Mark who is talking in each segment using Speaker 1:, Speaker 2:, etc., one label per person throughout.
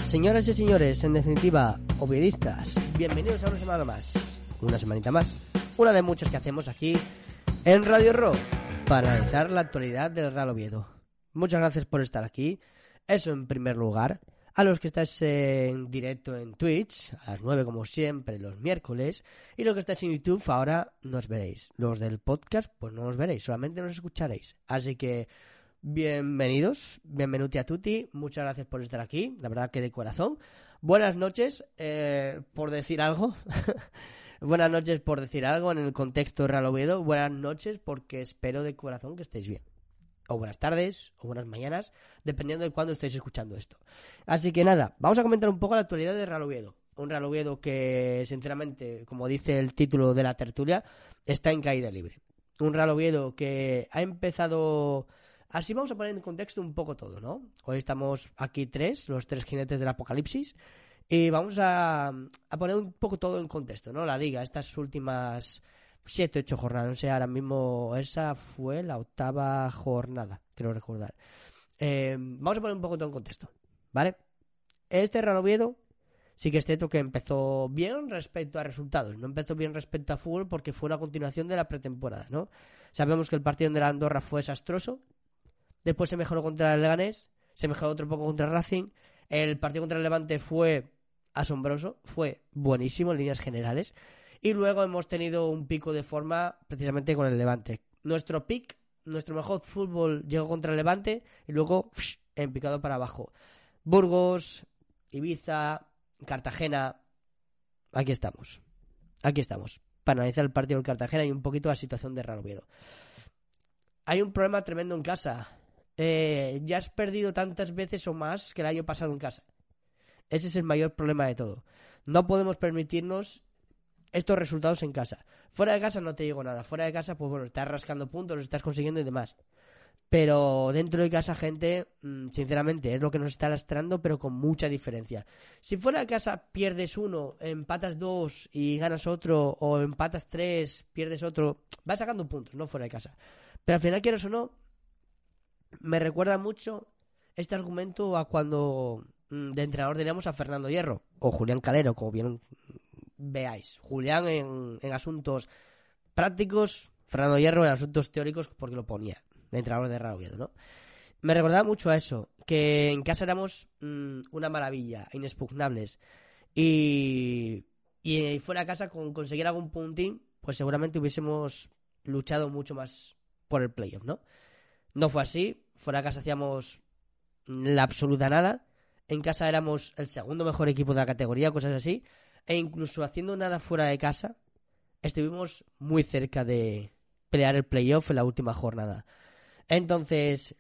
Speaker 1: Señoras y señores, en definitiva, oviedistas, bienvenidos a una semana más, una semanita más, una de muchas que hacemos aquí en Radio Ro para analizar la actualidad del Real Oviedo. Muchas gracias por estar aquí, eso en primer lugar. A los que estáis en directo en Twitch, a las 9 como siempre, los miércoles, y los que estáis en YouTube, ahora nos veréis. Los del podcast, pues no nos veréis, solamente nos escucharéis. Así que, bienvenidos, benvenuti a tutti, muchas gracias por estar aquí, la verdad que de corazón. Buenas noches, por decir algo. Buenas noches por decir algo en el contexto Real Oviedo. Buenas noches porque espero de corazón que estéis bien. O buenas tardes, o buenas mañanas, dependiendo de cuándo estéis escuchando esto. Así que nada, vamos a comentar un poco la actualidad de Real Oviedo. Un Real Oviedo que, sinceramente, como dice el título de la tertulia, está en caída libre. Un Real Oviedo que ha empezado... Así vamos a poner en contexto un poco todo, ¿no? Hoy estamos aquí los tres jinetes del apocalipsis, y vamos a poner un poco todo en contexto, ¿no? La liga, estas últimas 7, 8 jornadas, no sé, ahora mismo esa fue la 8ª jornada, creo recordar. Vamos a poner un poco todo en contexto, ¿vale? Este Real Oviedo sí que es cierto que empezó bien respecto a resultados, no empezó bien respecto a fútbol porque fue una continuación de la pretemporada, ¿no? Sabemos que el partido de la Andorra fue desastroso, después se mejoró contra el Leganés, se mejoró otro poco contra el Racing, el partido contra el Levante fue asombroso, fue buenísimo en líneas generales. Y luego hemos tenido un pico de forma precisamente con el Levante. Nuestro mejor fútbol llegó contra el Levante y luego en picado para abajo. Burgos, Ibiza, Cartagena, aquí estamos para analizar el partido del Cartagena y un poquito la situación de Real Oviedo. Hay un problema tremendo en casa. Ya has perdido tantas veces o más que el año pasado en casa. Ese es el mayor problema de todo. No podemos permitirnos estos resultados en casa. Fuera de casa no te digo nada. Fuera de casa, pues bueno, estás rascando puntos, los estás consiguiendo y demás. Pero dentro de casa, gente, sinceramente, es lo que nos está lastrando, pero con mucha diferencia. Si fuera de casa pierdes uno, empatas 2 y ganas otro, o empatas 3, pierdes otro, vas sacando puntos, no fuera de casa. Pero al final, quieras o no, me recuerda mucho este argumento a cuando de entrenador teníamos a Fernando Hierro, o Julián Calero, como bien veáis. Julián en asuntos prácticos, Fernando Hierro en asuntos teóricos porque lo ponía de entrenador de Real Oviedo, ¿no? Me recordaba mucho a eso, que en casa éramos una maravilla, inexpugnables, y fuera de casa con conseguir algún puntín, pues seguramente hubiésemos luchado mucho más por el playoff, ¿no? No fue así, fuera de casa hacíamos la absoluta nada, en casa éramos el segundo mejor equipo de la categoría, cosas así. E incluso haciendo nada fuera de casa, estuvimos muy cerca de pelear el playoff en la última jornada. Entonces,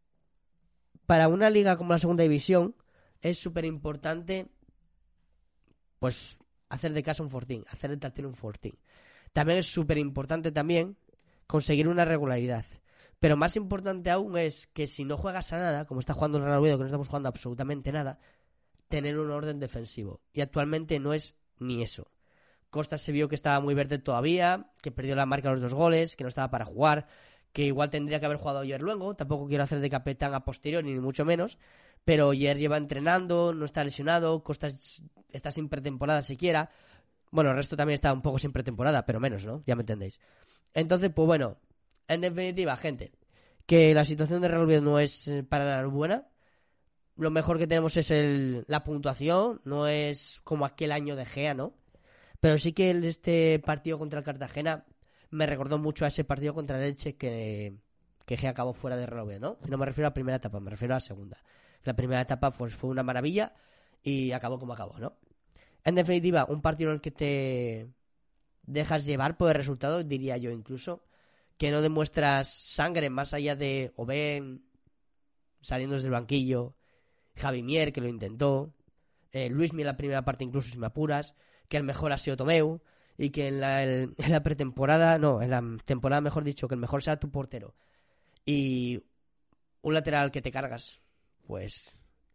Speaker 1: para una liga como la segunda división, es súper importante, pues, hacer de casa un fortín, hacer del tartino un fortín. También es súper importante conseguir una regularidad. Pero más importante aún es que si no juegas a nada, como está jugando el Real Oviedo, que no estamos jugando absolutamente nada, tener un orden defensivo. Y actualmente no es ni eso. Costas se vio que estaba muy verde todavía, que perdió la marca de los 2 goles, que no estaba para jugar, que igual tendría que haber jugado ayer luego. Tampoco quiero hacer de capitán a posteriori, ni mucho menos. Pero ayer lleva entrenando, no está lesionado, Costas está sin pretemporada siquiera. Bueno, el resto también está un poco sin pretemporada, pero menos, ¿no? Ya me entendéis. Entonces, pues bueno, en definitiva, gente, que la situación de Real Oviedo no es para nada buena. Lo mejor que tenemos es la puntuación, no es como aquel año de Gea, ¿no? Pero sí que este partido contra el Cartagena me recordó mucho a ese partido contra el Elche que Gea acabó fuera de Real Oviedo, ¿no? Y no me refiero a la primera etapa, me refiero a la segunda. La primera etapa pues, fue una maravilla y acabó como acabó, ¿no? En definitiva, un partido en el que te dejas llevar por el resultado, diría yo incluso, que no demuestras sangre más allá de Oben saliendo desde el banquillo, Javi Mier, que lo intentó, Luismi en la primera parte incluso si me apuras, que el mejor ha sido Tomeu, y que en la pretemporada, no, en la temporada mejor dicho, que el mejor sea tu portero. Y un lateral que te cargas, pues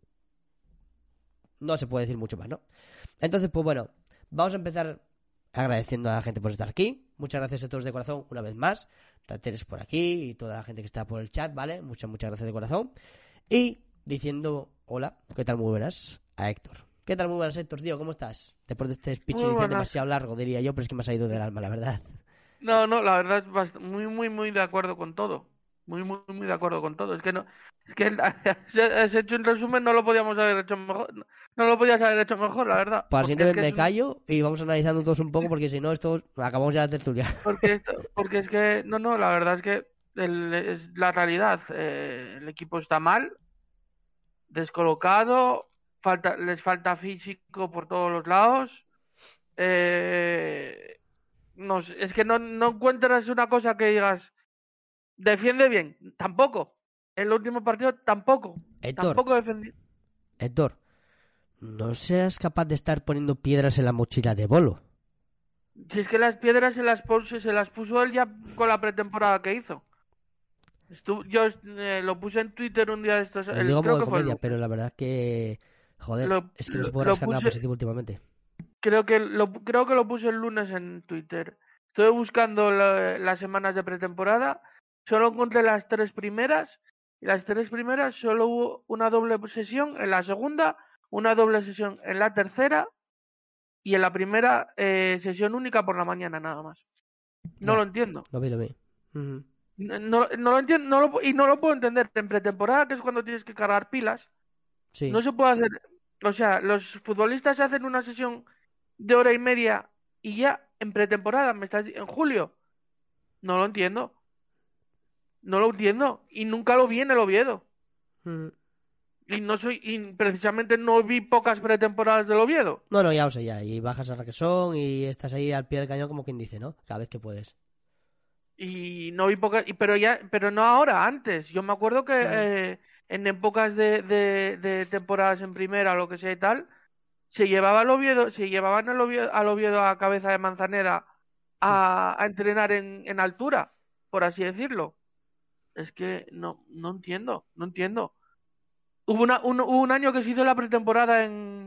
Speaker 1: no se puede decir mucho más, ¿no? Entonces, pues bueno, vamos a empezar agradeciendo a la gente por estar aquí. Muchas gracias a todos de corazón una vez más. Tateres por aquí y toda la gente que está por el chat, ¿vale? Muchas gracias de corazón. Y diciendo hola, ¿qué tal? Muy buenas a Héctor. ¿Qué tal? Muy buenas, Héctor, tío, ¿cómo estás? Después de este speech
Speaker 2: Muy
Speaker 1: inicial
Speaker 2: buenas.
Speaker 1: demasiado largo, diría yo, pero es que me ha salido del alma, la verdad.
Speaker 2: No, no, la verdad es muy, muy, muy de acuerdo con todo. Muy, muy, muy de acuerdo con todo. Es que no, es que has hecho un resumen, no lo podíamos haber hecho mejor. No, no lo podías haber hecho mejor, la verdad.
Speaker 1: Para la
Speaker 2: Porque
Speaker 1: siguiente
Speaker 2: es
Speaker 1: vez
Speaker 2: que es
Speaker 1: me callo y vamos analizando todos un poco, porque si no, esto acabamos ya la tertulia.
Speaker 2: porque es que, no, no, la verdad es que es la realidad. El equipo está mal, descolocado, les falta físico por todos los lados. Eh, no sé, es que no encuentras una cosa que digas. Defiende bien, tampoco. En el último partido tampoco.
Speaker 1: Héctor,
Speaker 2: Tampoco defendió.
Speaker 1: Héctor, no seas capaz de estar poniendo piedras en la mochila de Bolo.
Speaker 2: Si es que las piedras se las puso él ya con la pretemporada que hizo. Yo lo puse en Twitter un día de estos,
Speaker 1: Lo digo a modo
Speaker 2: creo
Speaker 1: de
Speaker 2: que fue el
Speaker 1: comedia, pero
Speaker 2: lunes.
Speaker 1: la verdad que... Joder,
Speaker 2: Lo,
Speaker 1: es que no se
Speaker 2: lo,
Speaker 1: puede
Speaker 2: lo
Speaker 1: rascar nada
Speaker 2: puse,
Speaker 1: positivo últimamente.
Speaker 2: creo que lo puse el lunes en Twitter. Estoy buscando las semanas de pretemporada. Solo encontré las tres primeras. Y las tres primeras solo hubo una doble sesión. En la segunda, una doble sesión en la tercera. Y en la primera sesión única por la mañana nada más. No
Speaker 1: Ya,
Speaker 2: lo entiendo.
Speaker 1: lo vi. Ujú.
Speaker 2: No lo entiendo y no lo puedo entender. En pretemporada, que es cuando tienes que cargar pilas,
Speaker 1: Sí.
Speaker 2: no se puede hacer. O sea, los futbolistas hacen una sesión de hora y media y ya en pretemporada, en julio. No lo entiendo. No lo entiendo. Y nunca lo vi en el Oviedo.
Speaker 1: Ujú.
Speaker 2: Y precisamente no vi pocas pretemporadas del Oviedo.
Speaker 1: No, no, ya o sé, ya. Y bajas a Requesón y estás ahí al pie del cañón como quien dice, ¿no? Cada vez que puedes.
Speaker 2: Y no vi pocas, pero no ahora, antes. Yo me acuerdo que
Speaker 1: Ujú.
Speaker 2: en épocas de temporadas en primera o lo que sea y tal, se llevaban al Oviedo a cabeza de Manzaneda a entrenar en altura, por así decirlo. Es que no entiendo, no entiendo. Hubo un año que se hizo la pretemporada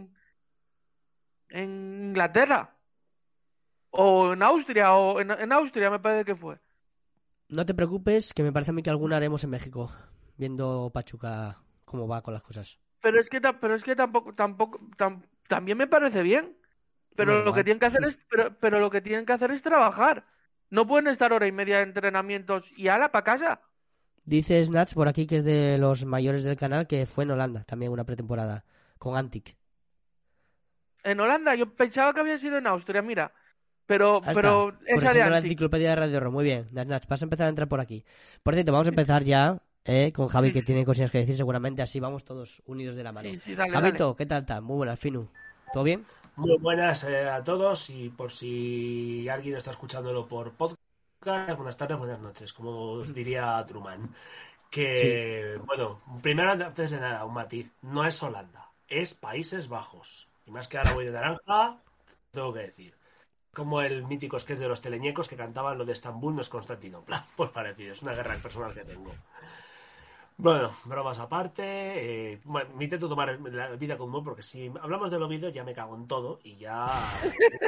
Speaker 2: en Inglaterra, o en Austria, en Austria me parece que fue.
Speaker 1: No te preocupes, que me parece a mí que alguna haremos en México, viendo Pachuca cómo va con las cosas.
Speaker 2: Pero es que también me parece bien.
Speaker 1: Me da
Speaker 2: Pero lo que
Speaker 1: igual.
Speaker 2: tienen que hacer es, pero lo que tienen que hacer es trabajar. No pueden estar hora y media de entrenamientos y ala para casa.
Speaker 1: Dice Snatch por aquí, que es de los mayores del canal, que fue en Holanda también una pretemporada con Antic.
Speaker 2: En Holanda, yo pensaba que había sido en Austria, mira.
Speaker 1: Ahí
Speaker 2: Pero,
Speaker 1: está,
Speaker 2: pero esa de
Speaker 1: corrigiendo la
Speaker 2: Antic.
Speaker 1: enciclopedia de Radio Rock. Muy bien, Snatch, vas a empezar a entrar por aquí. Por cierto, vamos a empezar ya con Javi,
Speaker 2: Sí,
Speaker 1: que
Speaker 2: sí,
Speaker 1: tiene cosas que decir seguramente, así vamos todos unidos de la mano.
Speaker 2: sí, sí, dale, dale.
Speaker 1: Javito, ¿qué tal está? Muy buenas, Finu. ¿Todo bien?
Speaker 3: Muy buenas a todos y por si alguien está escuchándolo por podcast, buenas tardes, buenas noches, como os diría Truman.
Speaker 1: Sí.
Speaker 3: Que, bueno, primero antes de nada, un matiz, no es Holanda, es Países Bajos. Y más que ahora voy de naranja, tengo que decir. Como el mítico sketch de los teleñecos que cantaban lo de Estambul no es Constantinopla. Pues parecido, es una guerra personal que tengo. Bueno, bromas aparte, bueno, me intento tomar la vida con humor porque si hablamos del Oviedo ya me cago en todo y ya...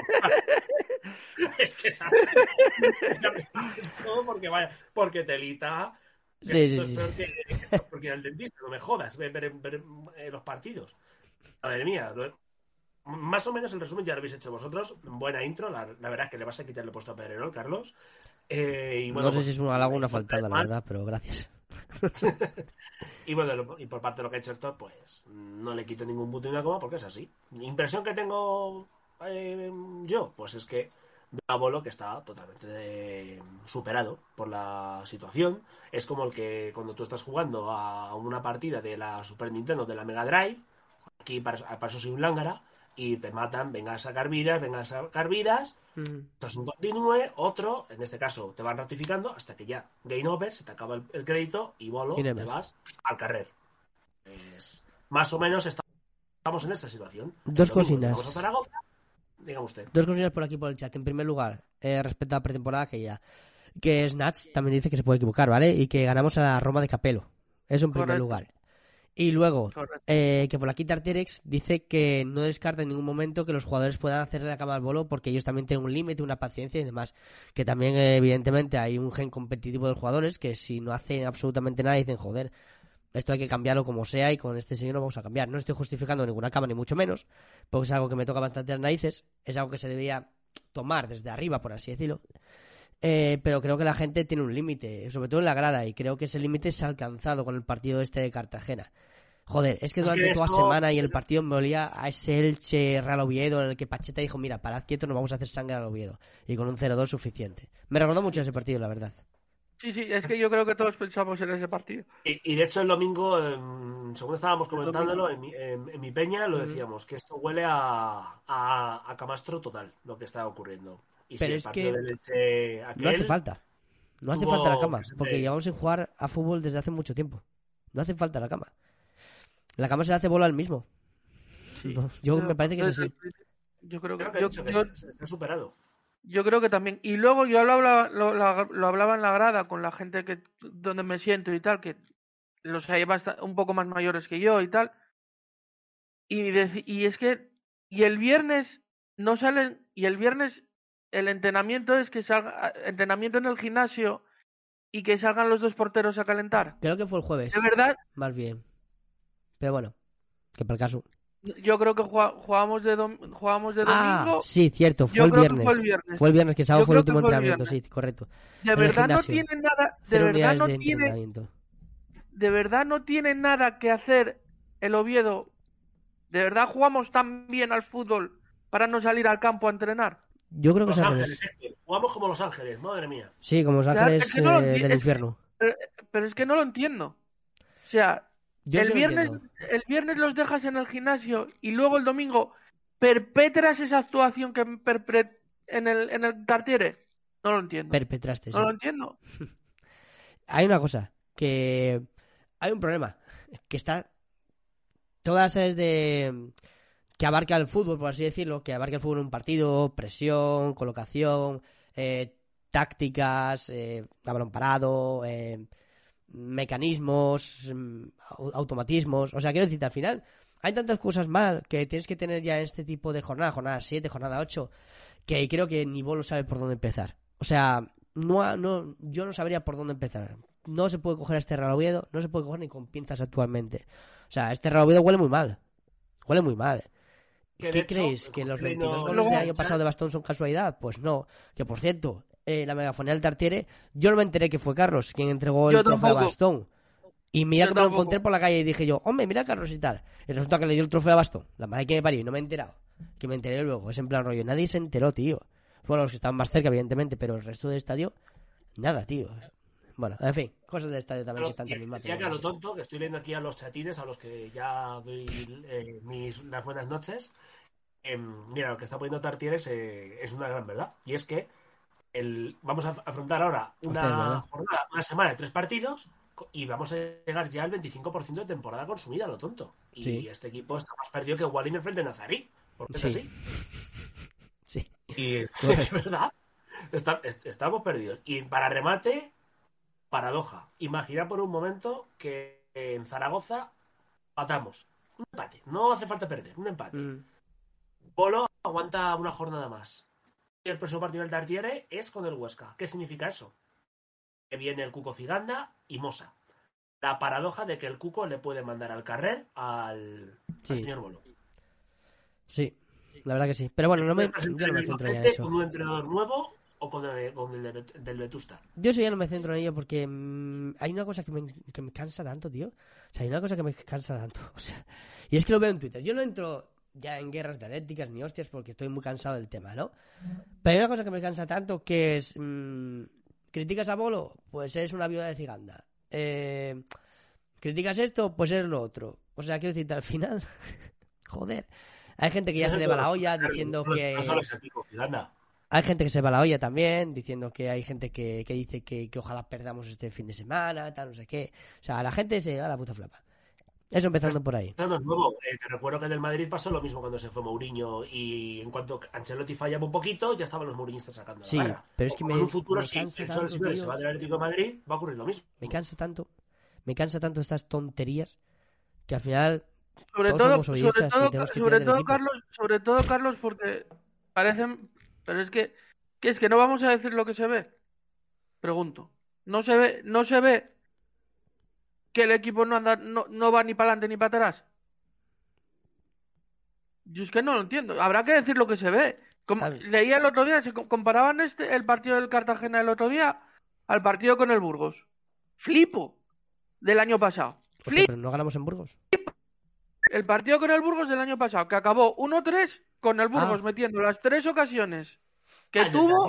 Speaker 3: Es que es así. Ya me cago en todo porque vaya, porque telita...
Speaker 1: Sí, sí,
Speaker 3: Esto es
Speaker 1: sí.
Speaker 3: peor porque ir al dentista, no me jodas, ver los partidos. Madre mía, más o menos el resumen ya lo habéis hecho vosotros. Buena intro, la verdad es que le vas a quitar el puesto a Pedrerol, Carlos. Y
Speaker 1: No
Speaker 3: bueno,
Speaker 1: sé si
Speaker 3: pues
Speaker 1: es un halago o una
Speaker 3: por
Speaker 1: faltada, la
Speaker 3: más.
Speaker 1: verdad, pero gracias.
Speaker 3: Y bueno, y por parte de lo que ha hecho Héctor, pues no le quito ningún punto ni una coma porque es así. Impresión que tengo yo, pues es que veo a Bolo que está totalmente superado por la situación. Es como el que cuando tú estás jugando a una partida de la Super Nintendo, de la Mega Drive, aquí para eso soy un lángara, y te matan, venga a sacar vidas,
Speaker 1: Mm.
Speaker 3: tras un continúe, otro, en este caso te van ratificando hasta que ya, game over, se te acaba el crédito y
Speaker 1: Y
Speaker 3: Bolo,
Speaker 1: no hay
Speaker 3: te
Speaker 1: más.
Speaker 3: vas al carrer. Más o menos estamos en esta situación. El
Speaker 1: Dos
Speaker 3: domingo llegamos a
Speaker 1: cocinas.
Speaker 3: Zaragoza, diga usted.
Speaker 1: Dos cositas por aquí por el chat. En primer lugar, respecto a la pretemporada que Snatch también dice que se puede equivocar, ¿vale? Y que ganamos a la Roma de Capello. Eso en primer
Speaker 2: Correcto,
Speaker 1: lugar. Y luego,
Speaker 2: correcto.
Speaker 1: que por aquí Tarterex dice que no descarta en ningún momento que los jugadores puedan hacerle la cama al Bolo porque ellos también tienen un límite, una paciencia y demás. Que también, evidentemente, hay un gen competitivo de los jugadores que si no hacen absolutamente nada dicen, joder, Esto hay que cambiarlo como sea y con este señor lo vamos a cambiar. No estoy justificando ninguna cama, ni mucho menos, porque es algo que me toca bastante las narices, es algo que se debía tomar desde arriba, por así decirlo. Pero creo que la gente tiene un límite, sobre todo en la grada, y creo que ese límite se ha alcanzado con el partido este de Cartagena. Joder, es que durante toda semana y el partido me olía a ese Elche Real Oviedo en el que Pacheta dijo, mira, parad quieto, nos vamos a hacer sangre al Oviedo. Y con un 0-2 suficiente. Me recordó mucho ese partido, la verdad.
Speaker 2: Sí, es que yo creo que todos pensamos en ese partido.
Speaker 3: Y de hecho el domingo, según estábamos comentándolo, en mi peña lo decíamos, que esto huele a camastro total, lo que está ocurriendo. Y
Speaker 1: pero
Speaker 3: si
Speaker 1: es
Speaker 3: el
Speaker 1: que
Speaker 3: del Elche aquel,
Speaker 1: no hace falta. No hace
Speaker 3: tuvo
Speaker 1: falta la cama,
Speaker 3: presente.
Speaker 1: porque llevamos sin jugar a fútbol desde hace mucho tiempo. No hace falta la cama. La cama se le hace bola al mismo.
Speaker 3: Sí.
Speaker 1: No, yo me parece que es así.
Speaker 2: Yo creo que,
Speaker 3: Creo que he dicho que está superado.
Speaker 2: yo creo que también. Y luego yo lo hablaba en la grada con la gente que donde me siento y tal, que los hay un poco más mayores que yo y tal. Y es que el viernes no salen, y el viernes el entrenamiento es que salga entrenamiento en el gimnasio y que salgan los dos porteros a calentar.
Speaker 1: Creo que fue el jueves.
Speaker 2: De verdad,
Speaker 1: Más bien. Pero bueno, que por el caso.
Speaker 2: yo creo que jugábamos de domingo.
Speaker 1: Sí, cierto, fue
Speaker 2: Yo
Speaker 1: el
Speaker 2: creo que
Speaker 1: viernes.
Speaker 2: fue el viernes.
Speaker 1: Fue el viernes, que sábado
Speaker 2: Yo
Speaker 1: fue el
Speaker 2: creo que
Speaker 1: último
Speaker 2: fue el
Speaker 1: entrenamiento, sí,
Speaker 2: viernes.
Speaker 1: correcto.
Speaker 2: De
Speaker 1: En el
Speaker 2: verdad no
Speaker 1: gimnasio.
Speaker 2: tiene nada, de
Speaker 1: 0
Speaker 2: verdad
Speaker 1: unidades
Speaker 2: no
Speaker 1: de
Speaker 2: tiene,
Speaker 1: entrenamiento.
Speaker 2: de verdad no tiene nada que hacer el Oviedo. De verdad jugamos tan bien al fútbol para no salir al campo a entrenar.
Speaker 1: Yo creo que
Speaker 3: Los
Speaker 1: es al
Speaker 3: Ángeles,
Speaker 1: revés.
Speaker 3: jugamos como Los Ángeles, madre mía.
Speaker 1: Sí, como Los
Speaker 2: Claro,
Speaker 1: Ángeles
Speaker 2: es que no lo
Speaker 1: del infierno.
Speaker 2: Pero es que no lo entiendo. O sea,
Speaker 1: Yo sí lo entiendo.
Speaker 2: el viernes los dejas en el gimnasio y luego el domingo perpetras esa actuación que en el Tartiere. No lo entiendo.
Speaker 1: Perpetraste,
Speaker 2: No
Speaker 1: sí.
Speaker 2: lo entiendo.
Speaker 1: Hay una cosa, que hay un problema, que está todas es de que abarca el fútbol, por así decirlo, que abarca el fútbol en un partido, presión, colocación, tácticas, a balón parado, mecanismos, automatismos. O sea, quiero decirte, al final hay tantas cosas mal que tienes que tener ya en este tipo de jornada 7, jornada 8, que creo que ni vos lo sabe por dónde empezar. O sea, yo no sabría por dónde empezar. No se puede coger a este Real Oviedo, no se puede coger ni con pinzas actualmente. O sea, este Real Oviedo huele muy mal. Huele muy mal. ¿Qué creéis? ¿Que los 22 goles del año pasado de Bastón son casualidad? Pues no. Que por cierto, la megafonía del Tartiere, yo no me enteré que fue Carlos quien entregó el trofeo a Bastón. Y mira que me lo encontré por la calle y dije yo, hombre, mira a Carlos y tal. Y resulta que le dio el trofeo a Bastón. La madre que me parió y no me he enterado. Que me enteré luego. Es en plan rollo. Nadie se enteró, tío. Bueno, los que estaban más cerca, evidentemente, pero el resto del estadio, nada, tío. Bueno, en fin, cosas del estadio también que tanto mismas.
Speaker 3: Decía que a lo tonto, que estoy leyendo aquí a los chatines, a los que ya doy las buenas noches. Mira, lo que está poniendo Tartieres es una gran verdad. Y es que vamos a afrontar ahora una jornada, una semana de 3 partidos y vamos a llegar ya al 25% de temporada consumida, a lo tonto. Y
Speaker 1: sí.
Speaker 3: Este equipo está más perdido que Wally en el frente de Nazarí. Porque es así.
Speaker 1: Sí.
Speaker 3: Y es verdad. Estamos perdidos. Y para remate, paradoja. Imagina por un momento que en Zaragoza matamos. Un empate. No hace falta perder. Un empate. Polo aguanta una jornada más. Y el próximo partido del Tartiere es con el Huesca. ¿Qué significa eso? Que viene el Cuco Ciganda y Mosa. La paradoja de que el Cuco le puede mandar al carrer al señor Bolo.
Speaker 1: Sí, la verdad que sí. Pero bueno, yo no me centro ya en eso.
Speaker 3: ¿Con un entrenador nuevo o con el del Vetusta?
Speaker 1: Yo eso ya no me centro en ello porque hay una cosa que me cansa tanto, tío. O sea, hay una cosa que me cansa tanto. O sea, y es que lo veo en Twitter. Yo no entro ya en guerras dialécticas ni hostias porque estoy muy cansado del tema, ¿no? Pero hay una cosa que me cansa tanto que es... ¿criticas a Bolo? Pues eres una viuda de Ciganda. ¿Criticas esto? Pues eres lo otro. O sea, quiero decirte, al final... joder. Hay gente que ya se le va la olla diciendo que... Hay gente que se va la olla también, diciendo que hay gente que dice que ojalá perdamos este fin de semana, tal, no sé qué. O sea, la gente se va a la puta flapa. Eso empezando por ahí.
Speaker 3: Esto no es nuevo. Te recuerdo que en el Madrid pasó lo mismo cuando se fue Mourinho y en cuanto Ancelotti fallaba un poquito, ya estaban los mourinistas sacando la barra.
Speaker 1: Pero es que
Speaker 3: en un futuro, si
Speaker 1: cansa
Speaker 3: el
Speaker 1: tanto,
Speaker 3: Sol se va del Atlético de Madrid, va a ocurrir lo mismo.
Speaker 1: Me cansa tanto estas tonterías que al final
Speaker 2: sobre todo Carlos, porque parecen, pero es que no vamos a decir lo que se ve. Pregunto. No se ve que el equipo no anda, no va ni para adelante ni para atrás. Yo es que no lo entiendo. Habrá que decir lo que se ve. Leía el otro día, se comparaban el partido del Cartagena el otro día al partido con el Burgos. Flipo del año pasado.
Speaker 1: Hostia, pero no ganamos en Burgos.
Speaker 2: El partido con el Burgos del año pasado, que acabó 1-3 con el Burgos metiendo las 3 ocasiones que tuvo.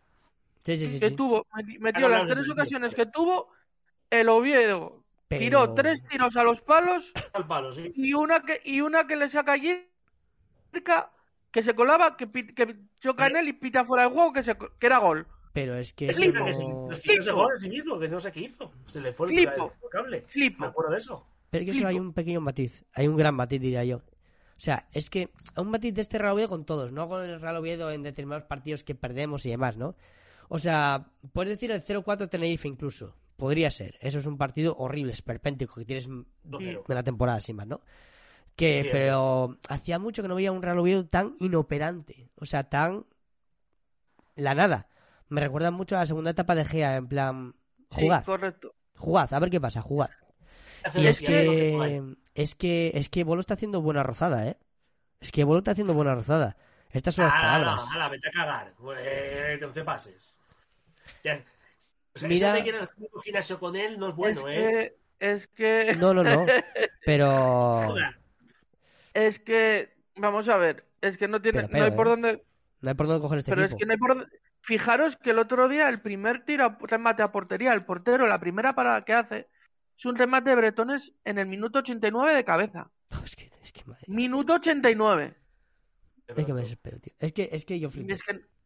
Speaker 2: Metió las 3 ocasiones que tuvo. El Oviedo tiró 3 tiros a los palos
Speaker 3: al palo, sí.
Speaker 2: y una que le saca Yerka, que se colaba, que choca en él y pita fuera del juego, que era gol.
Speaker 1: Pero es que
Speaker 3: es que ese gol en sí mismo, que no sé qué hizo. Se le fue el cable. Me acuerdo de eso.
Speaker 1: Pero es que eso hay un pequeño matiz. Hay un gran matiz, diría yo. O sea, es que un matiz de este Real Oviedo con todos, no con el Real Oviedo en determinados partidos que perdemos y demás, ¿no? O sea, puedes decir el 0-4 Tenerife incluso. Podría ser. Eso es un partido horrible, esperpéntico, que tienes en la temporada, sin más, ¿no? Pero hacía mucho que no veía un Real Oviedo tan inoperante. O sea, tan... la nada. Me recuerda mucho a la segunda etapa de Gea, en plan... jugad.
Speaker 2: Sí, correcto.
Speaker 1: Jugad, a ver qué pasa, jugad. Y es que Bolo está haciendo buena rozada, ¿eh? Es que Bolo está haciendo buena rozada. Estas son las palabras.
Speaker 3: Vete a cagar. No te pases. Ya. O sea,
Speaker 1: Mira...
Speaker 3: eso de que en el gimnasio con él no es bueno,
Speaker 2: Es que...
Speaker 1: No. Pero...
Speaker 2: es que... Vamos a ver. Es que no tiene... no hay por dónde...
Speaker 1: No hay por dónde coger este
Speaker 2: pero
Speaker 1: equipo.
Speaker 2: Es que no hay por dónde... Fijaros que el otro día el primer remate a portería, el portero, la primera parada que hace, es un remate de Bretones en el minuto 89 de cabeza.
Speaker 1: Es que madre,
Speaker 2: minuto 89.
Speaker 1: Es que me desespero, tío. Es que yo flipo.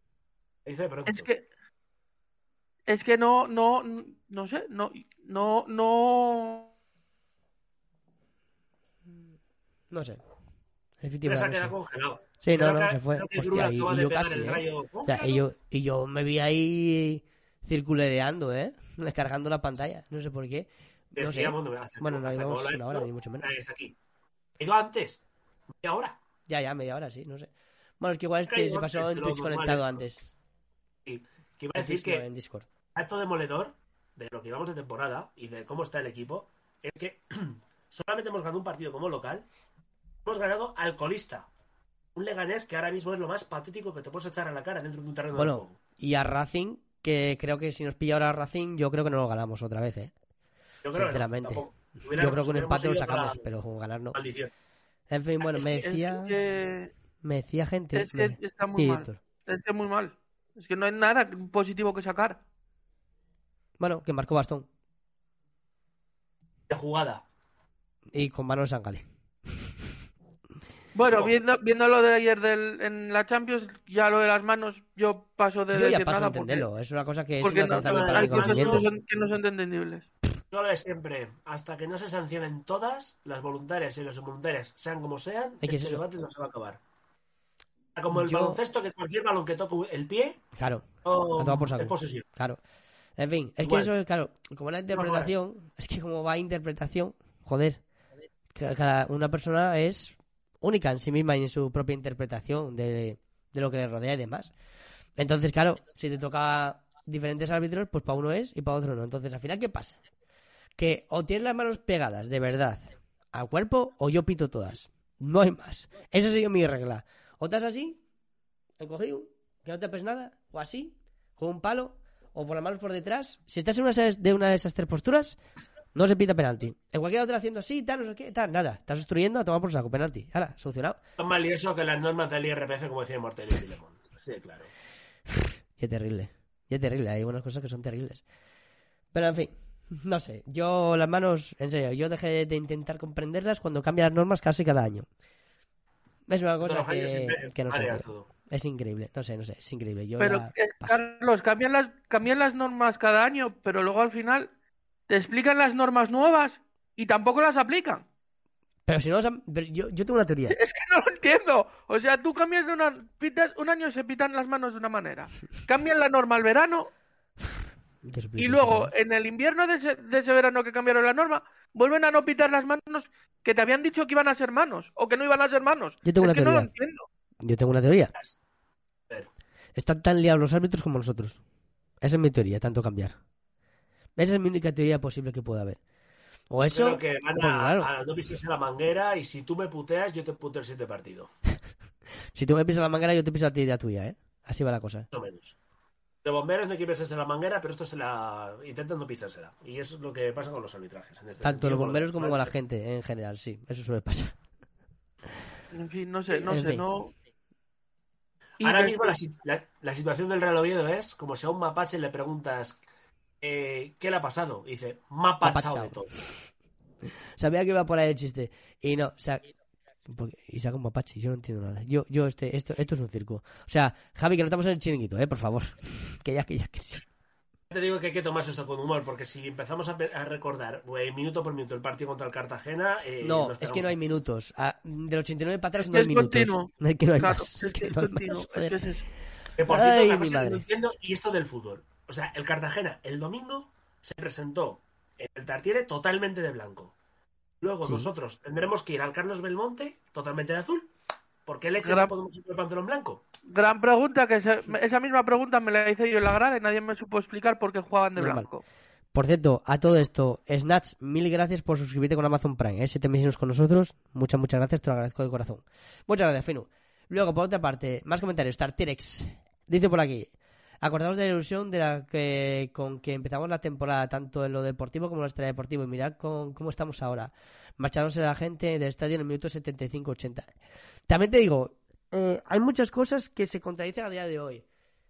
Speaker 2: Es que no sé,
Speaker 1: no sé.
Speaker 3: Efectivamente. Se ha congelado.
Speaker 1: Sí, no, se fue. Hostia, y yo casi, O sea, y yo me vi ahí circulereando, descargando la pantalla. No sé por qué. No sé. Bueno, no llevamos una hora, ni mucho menos.
Speaker 3: Aquí. ¿He ido antes? ¿Media hora?
Speaker 1: Ya, media hora, sí, no sé. Bueno, es que igual se pasó en Twitch conectado antes.
Speaker 3: Sí, que iba a decir que el acto demoledor de lo que llevamos de temporada y de cómo está el equipo es que solamente hemos ganado un partido como local. Hemos ganado al colista. Un Leganés que ahora mismo es lo más patético que te puedes echar a la cara dentro de un terreno de juego.
Speaker 1: Y a Racing, que creo que si nos pilla ahora Racing, yo creo que no lo ganamos otra vez,
Speaker 3: Yo creo
Speaker 1: sinceramente.
Speaker 3: No,
Speaker 1: yo creo que un empate lo sacamos, pero ganar no.
Speaker 3: Maldición.
Speaker 1: En fin, bueno, me decía gente...
Speaker 2: Es que está muy mal. Es que muy mal. Es que no hay nada positivo que sacar.
Speaker 1: Bueno, que marcó bastón.
Speaker 3: De jugada.
Speaker 1: Y con Manuel Sangalé.
Speaker 2: Bueno, viendo lo de ayer en la Champions, ya lo de las manos, yo paso de decir nada.
Speaker 1: Entenderlo. Es una cosa que es
Speaker 2: inalcanzable para los conocimientos. Que no son entendibles.
Speaker 3: Yo lo de siempre, hasta que no se sancionen todas, las voluntarias y las involuntarias, sean como sean, este debate no se va a acabar. Como el baloncesto, que cualquier balón que toque el pie,
Speaker 1: claro,
Speaker 3: es posesión.
Speaker 1: Claro. En fin, es que eso es, claro, como la interpretación, es que como va a interpretación, joder, cada una persona es única en sí misma y en su propia interpretación de lo que le rodea y demás. Entonces, claro, si te toca diferentes árbitros, pues para uno es y para otro no. Entonces, al final, ¿qué pasa? Que o tienes las manos pegadas de verdad al cuerpo o yo pito todas. No hay más. Esa ha sido mi regla. O estás así, encogido, que no te tapes nada, o así, con un palo, o por las manos por detrás. Si estás en una de esas tres posturas, no se pita penalti. En cualquier otra haciendo así, tal, no sé qué, tal, nada. Estás obstruyendo, a tomar por saco, penalti. Hala, solucionado.
Speaker 3: Es más lioso que las normas del IRPF, como decía Mortelli y Lemón. Sí, claro.
Speaker 1: Qué terrible. Hay algunas cosas que son terribles. Pero en fin, no sé. Yo las manos, en serio, yo dejé de intentar comprenderlas cuando cambian las normas casi cada año. Es una cosa que no sé. Es increíble, no sé, es increíble.
Speaker 2: Pero, Carlos, cambian las normas cada año, pero luego al final te explican las normas nuevas y tampoco las aplican.
Speaker 1: Pero si no, yo tengo una teoría.
Speaker 2: Es que no lo entiendo. O sea, tú cambias un año se pitan las manos de una manera. Cambian la norma al verano y luego en el invierno de ese verano que cambiaron la norma, vuelven a no pitar las manos que te habían dicho que iban a ser manos o que no iban a ser manos.
Speaker 1: Yo tengo una teoría.
Speaker 2: No lo entiendo.
Speaker 1: Yo tengo una teoría. Están tan liados los árbitros como nosotros. Esa es mi teoría, tanto cambiar. Esa es mi única teoría posible que pueda haber. O eso,
Speaker 3: Creo que van
Speaker 1: porque claro,
Speaker 3: a no pisarse la manguera y si tú me puteas, yo te puteo el siguiente partido.
Speaker 1: si tú me pisas la manguera, yo te piso a ti y a tuya, ¿eh? Así va la cosa.
Speaker 3: Más o menos. De bomberos no hay que pisarse la manguera, pero esto intentan no pisársela. Y eso es lo que pasa con los arbitrajes. En este
Speaker 1: Tanto
Speaker 3: sentido,
Speaker 1: los
Speaker 3: con lo
Speaker 1: bomberos
Speaker 3: de
Speaker 1: como la
Speaker 3: Francia.
Speaker 1: gente en general, sí. Eso suele pasar.
Speaker 2: En fin, no
Speaker 1: En
Speaker 2: sé,
Speaker 1: fin.
Speaker 2: no. Y
Speaker 3: Ahora mismo
Speaker 2: después,
Speaker 3: la situación del Real Oviedo es como si a un mapache le preguntas ¿qué le ha pasado? Y dice, me ha
Speaker 1: Me ha
Speaker 3: pachado de
Speaker 1: pasado.
Speaker 3: todo.
Speaker 1: Sabía que iba por ahí el chiste. Y no, o sea, y saca un mapache, yo no entiendo nada. Esto es un circo. O sea, Javi, que no estamos en el chiringuito, por favor. Que sí.
Speaker 3: Te digo que hay que tomarse esto con humor, porque si empezamos a recordar minuto por minuto el partido contra el Cartagena,
Speaker 1: No,
Speaker 3: nos
Speaker 1: es que
Speaker 3: pegamos
Speaker 1: no hay
Speaker 3: un-
Speaker 1: minutos. Del 89 para atrás
Speaker 2: es
Speaker 1: no
Speaker 2: que
Speaker 1: hay
Speaker 2: es
Speaker 1: minutos.
Speaker 2: continuo.
Speaker 1: No hay que no hay
Speaker 2: Claro,
Speaker 1: más. Es
Speaker 2: es que
Speaker 1: que
Speaker 2: es
Speaker 1: no hay más,
Speaker 2: continuo. Es
Speaker 1: joder.
Speaker 2: que es eso.
Speaker 3: Que por cierto,
Speaker 1: Ay,
Speaker 3: otra
Speaker 1: mi
Speaker 3: cosa que no
Speaker 1: madre.
Speaker 3: entiendo, y esto del fútbol. O sea, el Cartagena el domingo se presentó en el Tartiere totalmente de blanco. Luego
Speaker 1: Sí.
Speaker 3: nosotros tendremos que ir al Carlos Belmonte totalmente de azul. ¿Por qué leche no
Speaker 2: Gran,
Speaker 3: podemos ir con el pantalón blanco?
Speaker 2: gran pregunta, esa misma pregunta me la hice yo en la grada y nadie me supo explicar por qué jugaban de
Speaker 1: Normal.
Speaker 2: blanco.
Speaker 1: Por cierto, a todo esto, Snatch, mil gracias por suscribirte con Amazon Prime, 7 meses con nosotros. Muchas gracias, te lo agradezco de corazón. Muchas gracias, Finu. Luego, por otra parte, más comentarios. Tartirex dice por aquí: acordaos de la ilusión con que empezamos la temporada, tanto en lo deportivo como en lo extradeportivo, y mirad cómo estamos ahora. Marchándose la gente del estadio en el minuto 75-80. También te digo, hay muchas cosas que se contradicen a día de hoy.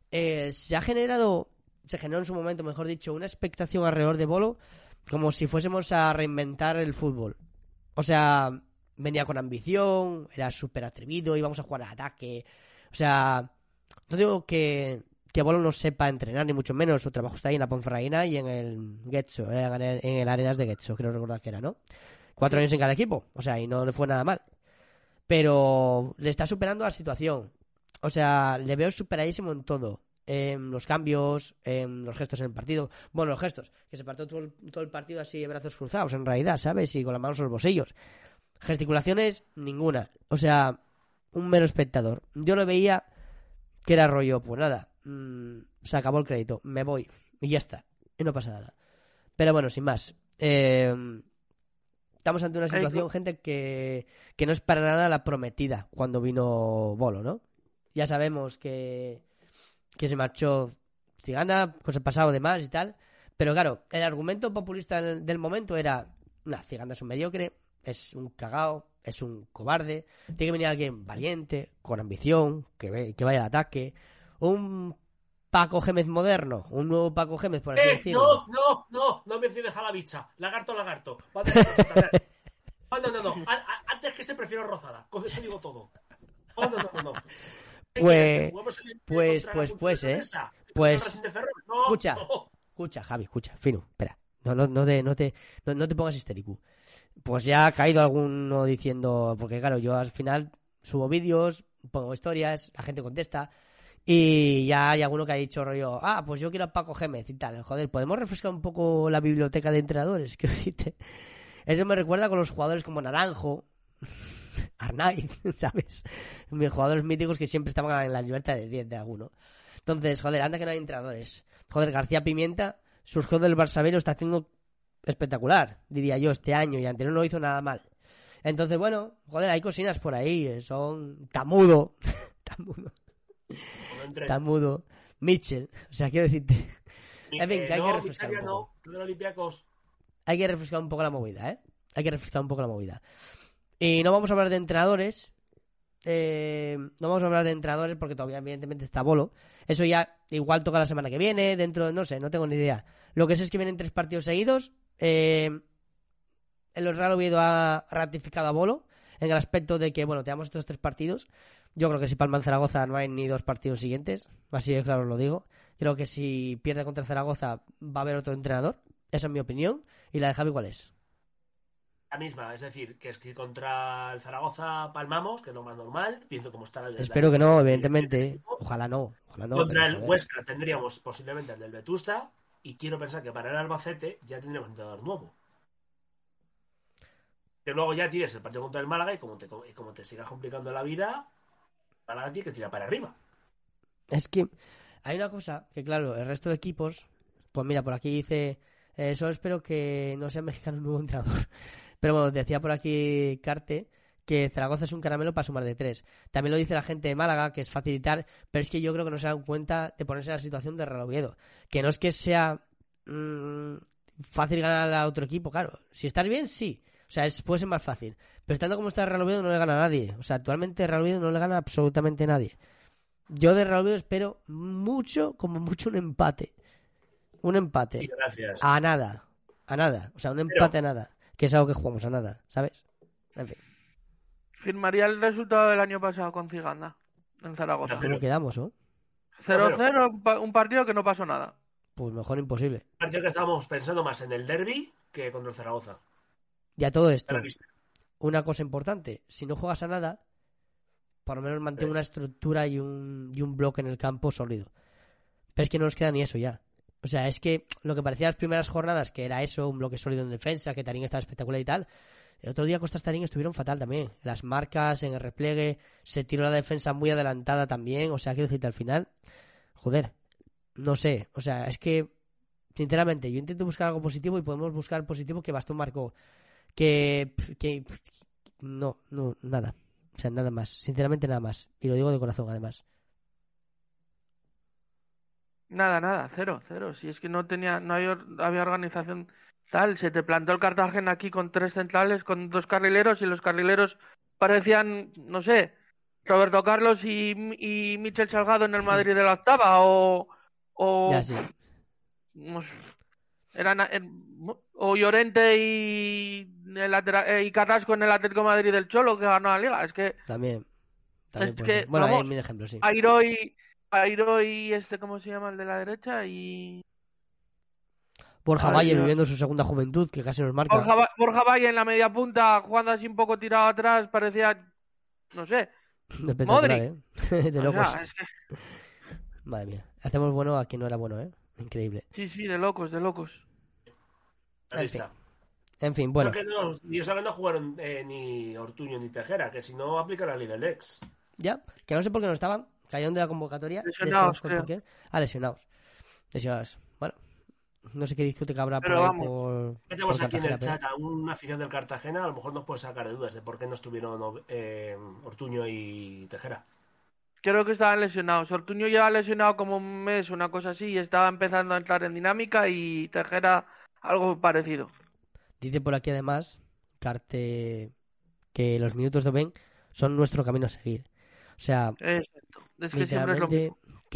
Speaker 1: Se generó en su momento, mejor dicho, una expectación alrededor de Bolo como si fuésemos a reinventar el fútbol. O sea, venía con ambición, era súper atrevido, íbamos a jugar al ataque. O sea, no digo que Bolo no sepa entrenar, ni mucho menos. Su trabajo está ahí en la Ponferradina y en el Getxo, en el Arenas de Getxo, creo recordar que era, ¿no? 4 años en cada equipo, o sea, y no le fue nada mal. Pero le está superando la situación. O sea, le veo superadísimo en todo. En los cambios, en los gestos en el partido. Bueno, los gestos, que se partió todo el partido así de brazos cruzados, en realidad, ¿sabes? Y con las manos en los bolsillos. Gesticulaciones, ninguna. O sea, un mero espectador. Yo lo veía que era rollo, pues nada, se acabó el crédito, me voy. Y ya está. Y no pasa nada. Pero bueno, sin más. Estamos ante una situación, gente, que no es para nada la prometida cuando vino Bolo, ¿no? Ya sabemos que se marchó Ciganda, cosa pasado de más y tal. Pero claro, el argumento populista del momento era: nah, Ciganda es un mediocre, es un cagao, es un cobarde, tiene que venir alguien valiente, con ambición, que vaya al ataque. Un Paco Gémez moderno, un nuevo Paco Gémez, por así decirlo.
Speaker 3: No menciones a la bicha. Lagarto. No. Antes que se prefiero rozada. Con eso digo todo. No. ¿Qué quieres? ¿Que juguemos contra la Cultural Leonesa? ¿Contra el Racing de Ferrol? No.
Speaker 1: Escucha, Javi, Fino, espera. No te pongas histérico. Pues ya ha caído alguno diciendo, porque claro, yo al final subo vídeos, pongo historias, la gente contesta, y ya hay alguno que ha dicho rollo, pues yo quiero a Paco Gémez y tal. Joder, ¿podemos refrescar un poco la biblioteca de entrenadores? Quiero decirte. Eso me recuerda con los jugadores como Naranjo, Arnaiz, ¿sabes? Mis jugadores míticos que siempre estaban en la libertad de 10 de alguno. Entonces, joder, anda que no hay entrenadores. Joder, García Pimienta surgió del Barça B, lo está haciendo espectacular, diría yo, este año, y anterior no hizo nada mal. Entonces, bueno, joder, hay cocinas por ahí, son Tamudo, Mitchell, o sea, quiero decirte. En fin, que hay que refrescar un poco. Hay que refrescar un poco la movida, Hay que refrescar un poco la movida. Y no vamos a hablar de entrenadores. No vamos a hablar de entrenadores porque todavía evidentemente está Bolo. Eso ya igual toca la semana que viene, no sé, no tengo ni idea. Lo que sé es que vienen 3 partidos seguidos. El Real Oviedo ha ratificado a Bolo en el aspecto de que, bueno, tenemos estos 3 partidos. Yo creo que si Palma en Zaragoza no hay ni 2 partidos siguientes, así de claro os lo digo. Creo que si pierde contra Zaragoza va a haber otro entrenador. Esa es mi opinión. ¿Y la de Javi cuál es?
Speaker 3: La misma, es decir, que es que contra el Zaragoza palmamos, que es lo más normal, viendo cómo está
Speaker 1: Espero que no, evidentemente. Ojalá no.
Speaker 3: Contra el Huesca tendríamos posiblemente el del Vetusta, y quiero pensar que para el Albacete ya tendríamos un entrenador nuevo. Que luego ya tienes el partido contra el Málaga y como te sigas complicando la vida, Málaga tiene que tirar para arriba.
Speaker 1: Es que hay una cosa que, claro, el resto de equipos, pues mira, por aquí dice Solo espero que no sea mexicano un nuevo entrenador. Pero bueno, decía por aquí Carte que Zaragoza es un caramelo para sumar de 3. También lo dice la gente de Málaga, que es facilitar, pero es que yo creo que no se dan cuenta de ponerse en la situación de Real Oviedo. Que no es que sea fácil ganar a otro equipo, claro. Si estás bien, sí. O sea, puede ser más fácil. Pero estando como está Real Oviedo no le gana a nadie. O sea, actualmente Real Oviedo no le gana absolutamente a nadie. Yo de Real Oviedo espero mucho, como mucho, un empate. Un empate.
Speaker 3: Y gracias.
Speaker 1: A nada. A nada. O sea, un empate a nada. Que es algo que jugamos a nada, ¿sabes? En fin.
Speaker 2: Firmaría el resultado del año pasado con Ciganda en Zaragoza.
Speaker 1: ¿Cómo quedamos, no?
Speaker 2: 0-0, un partido que no pasó nada.
Speaker 1: Pues mejor imposible.
Speaker 3: Un partido que estábamos pensando más en el derbi que contra el Zaragoza.
Speaker 1: Y a todo esto, una cosa importante. Si no juegas a nada, por lo menos mantén una estructura y un bloque en el campo sólido. Pero es que no nos queda ni eso ya. O sea, es que lo que parecía las primeras jornadas, que era eso, un bloque sólido en defensa, que Tarín estaba espectacular y tal, el otro día Costas Tarín estuvieron fatal también. Las marcas, en el repliegue, se tiró la defensa muy adelantada también. O sea, quiero decirte, al final, joder, no sé. O sea, es que, sinceramente, yo intento buscar algo positivo y podemos buscar positivo que Bastón marcó. No, nada. O sea, nada más. Sinceramente, nada más. Y lo digo de corazón, además.
Speaker 2: Nada, 0. Si es que había organización tal. Se te plantó el Cartagena aquí con 3 centrales, con 2 carrileros, y los carrileros parecían, no sé, Roberto Carlos y Michel Salgado en el Madrid de la octava, o
Speaker 1: Ya, sí.
Speaker 2: o Llorente y Carrasco en el Atlético de Madrid del Cholo, que ganó la Liga. Es que
Speaker 1: También
Speaker 2: es
Speaker 1: puede
Speaker 2: que,
Speaker 1: ser. Bueno,
Speaker 2: vamos,
Speaker 1: hay mil ejemplos, sí.
Speaker 2: Airo y ¿cómo se llama el de la derecha? Y
Speaker 1: Borja Valle viviendo su segunda juventud, que casi nos marca.
Speaker 2: Borja Valle en la media punta, jugando así un poco tirado atrás, parecía, no sé, Modric.
Speaker 1: De locos.
Speaker 2: O sea, es que...
Speaker 1: Madre mía. Hacemos bueno a quien no era bueno, ¿eh? Increíble.
Speaker 2: Sí, de locos.
Speaker 3: Ahí está.
Speaker 1: En fin, bueno.
Speaker 3: Y eso que no jugaron ni Ortuño ni Tejera, que si no aplica la Liga del Ex.
Speaker 1: Ya, que no sé por qué no estaban. Cayeron de la convocatoria.
Speaker 2: Lesionados, creo.
Speaker 1: ¿Por qué? Lesionados. Bueno, no sé qué discute que habrá
Speaker 2: pero
Speaker 1: por
Speaker 3: Metemos aquí en el
Speaker 1: pero...
Speaker 3: chat a una afición del Cartagena, a lo mejor nos puede sacar de dudas de por qué no estuvieron Ortuño y Tejera.
Speaker 2: Creo que estaban lesionados. Ortuño lleva lesionado como un mes, una cosa así, y estaba empezando a entrar en dinámica, y Tejera algo parecido.
Speaker 1: Dice por aquí además, Carte, que los minutos de Ben son nuestro camino a seguir. O sea,
Speaker 2: exacto. Es que siempre es lo mismo.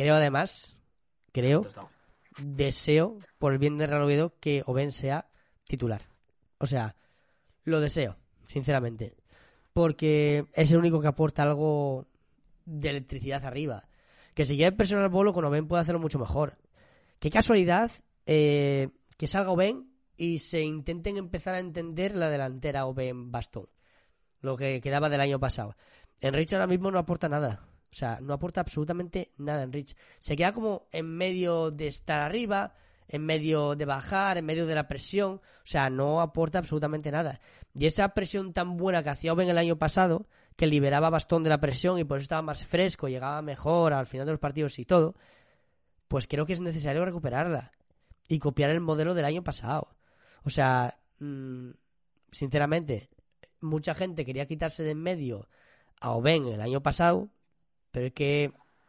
Speaker 1: Deseo, por el bien de Real Oviedo, que Oben sea titular. O sea, lo deseo, sinceramente. Porque es el único que aporta algo de electricidad arriba. Que si quiere personal bolo con Oben puede hacerlo mucho mejor. Qué casualidad que salga Oben y se intenten empezar a entender la delantera Oben-Bastón. Lo que quedaba del año pasado. Enrich ahora mismo no aporta nada. O sea, no aporta absolutamente nada Enrich. Se queda como en medio de estar arriba, en medio de bajar, en medio de la presión. O sea, no aporta absolutamente nada. Y esa presión tan buena que hacía Oben el año pasado, que liberaba a Bastón de la presión y por eso estaba más fresco, llegaba mejor al final de los partidos y todo, pues creo que es necesario recuperarla y copiar el modelo del año pasado. O sea, sinceramente, mucha gente quería quitarse de en medio a Oben el año pasado, pero es que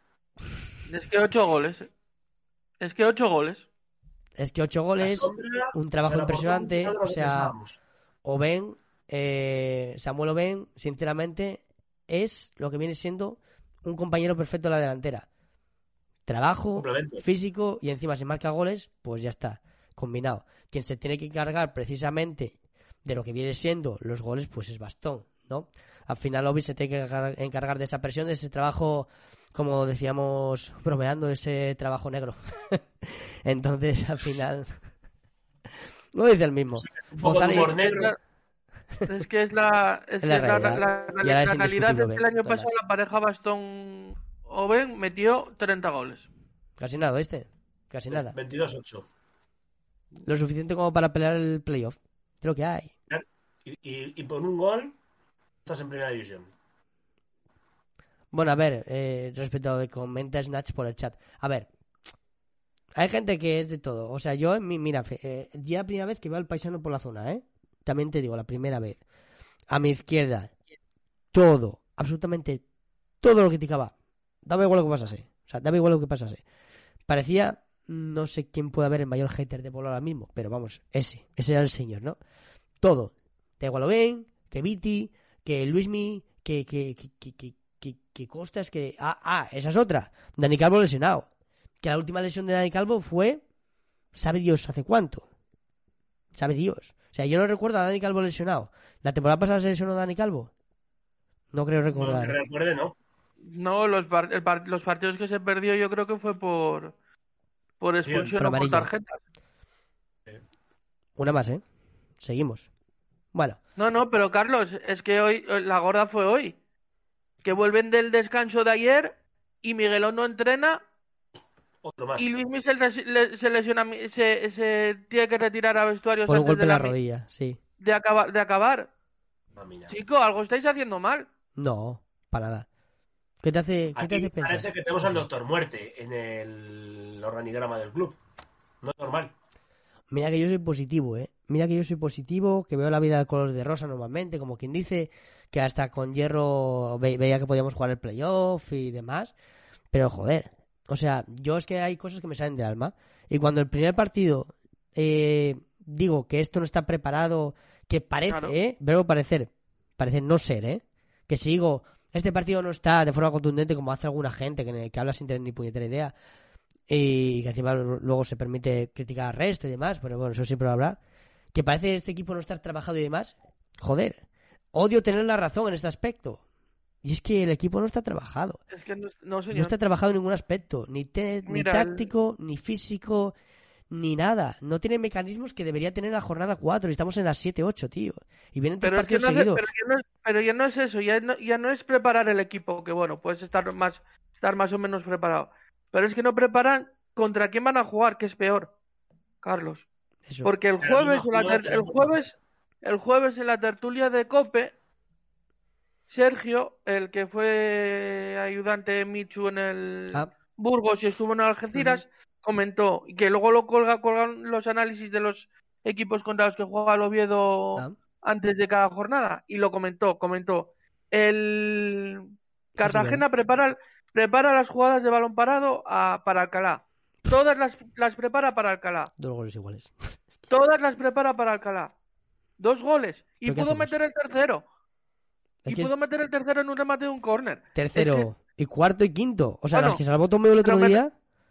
Speaker 2: 8 goles. Es que 8 goles,
Speaker 1: un trabajo impresionante. O sea, Oben, Samuel Oben, sinceramente, es lo que viene siendo un compañero perfecto en la delantera. Trabajo, físico, y encima se marca goles, pues ya está, combinado. Quien se tiene que encargar precisamente de lo que viene siendo los goles, pues es Bastón, ¿no? Al final Obi se tiene que encargar de esa presión, de ese trabajo, como decíamos bromeando, ese trabajo negro. Entonces, al final, lo dice el mismo.
Speaker 3: Un poco de humor negro.
Speaker 2: Es que es la realidad es que el año pasado la pareja Bastón-Oben metió 30 goles.
Speaker 1: Casi nada, casi nada.
Speaker 3: 22-8.
Speaker 1: Lo suficiente como para pelear el playoff. Creo que hay.
Speaker 3: Y por un gol estás en primera división.
Speaker 1: Bueno, a ver, respecto a lo que comenta Snatch por el chat. A ver, Hay gente que es de todo. O sea, yo, mira, ya la primera vez que veo al paisano por la zona, ¿eh? También te digo, la primera vez. A mi izquierda, todo, absolutamente todo lo criticaba. Daba igual lo que pasase. O sea, daba igual lo que pasase. Parecía, no sé quién puede haber el mayor hater de Polo ahora mismo, pero vamos, ese era el señor, ¿no? Todo. Da igual lo ven, que Viti, que Luismi, que Costas, que... esa es otra. Dani Calvo lesionado. Que la última lesión de Dani Calvo fue... ¿Sabe Dios hace cuánto? ¿Sabe Dios? O sea, yo no recuerdo a Dani Calvo lesionado. ¿La temporada pasada se lesionó Dani Calvo? No creo recordar.
Speaker 3: No, que recuerde, ¿no?
Speaker 2: No, los partidos que se perdió yo creo que fue por expulsión
Speaker 1: por
Speaker 2: o por
Speaker 1: amarilla.
Speaker 2: tarjeta.
Speaker 1: Una más, ¿eh? Seguimos. Bueno.
Speaker 2: No, pero Carlos, es que hoy, la gorda fue hoy. Que vuelven del descanso de ayer y Miguelón no entrena
Speaker 3: Otro más.
Speaker 2: y Luismi se lesiona, se tiene que retirar a vestuarios
Speaker 1: Por un
Speaker 2: antes
Speaker 1: golpe en la rodilla, sí.
Speaker 2: de acabar.
Speaker 3: Mira.
Speaker 2: Chico, algo estáis haciendo mal.
Speaker 1: No, para nada. ¿Qué te hace pensar?
Speaker 3: Parece que tenemos al Doctor Muerte en el organigrama del club. No es normal.
Speaker 1: Mira que yo soy positivo, ¿eh? Mira que yo soy positivo, que veo la vida de color de rosa normalmente, como quien dice, que hasta con Hierro veía que podíamos jugar el playoff y demás. Pero joder, o sea, yo es que hay cosas que me salen del alma. Y cuando el primer partido digo que esto no está preparado, que parece,
Speaker 2: Claro.
Speaker 1: verbo parecer no ser, que si digo, este partido no está de forma contundente como hace alguna gente que habla sin tener ni puñetera idea, y que encima luego se permite criticar al resto y demás, pero bueno, eso siempre lo habrá, que parece este equipo no estar trabajado y demás. Joder, odio tener la razón en este aspecto. Y es que el equipo no está trabajado.
Speaker 2: Es que no,
Speaker 1: No
Speaker 2: señor.
Speaker 1: está trabajado en ningún aspecto, ni
Speaker 2: Mira,
Speaker 1: táctico, ni físico, ni nada. No tiene mecanismos que debería tener la jornada 4 y estamos en las 7-8, tío. Y vienen 3
Speaker 2: Pero es que
Speaker 1: partidos seguidos.
Speaker 2: pero ya no es eso, ya no es preparar el equipo, que bueno, puedes estar más o menos preparado. Pero es que no preparan contra quién van a jugar, que es peor, Carlos.
Speaker 1: Eso.
Speaker 2: Porque el jueves en la tertulia de COPE, Sergio, el que fue ayudante de Michu en el Burgos y estuvo en Algeciras, comentó, y que luego lo colgan los análisis de los equipos contra los que juega el Oviedo antes de cada jornada, y lo comentó, el Cartagena prepara las jugadas de balón parado para Alcalá. Todas las prepara para Alcalá.
Speaker 1: 2 goles iguales.
Speaker 2: Todas las prepara para Alcalá. 2 goles. Y pudo meter el tercero. Pudo meter el tercero en un remate de un córner.
Speaker 1: Tercero, y cuarto y quinto. O sea, las que salvó Tomeo el otro día.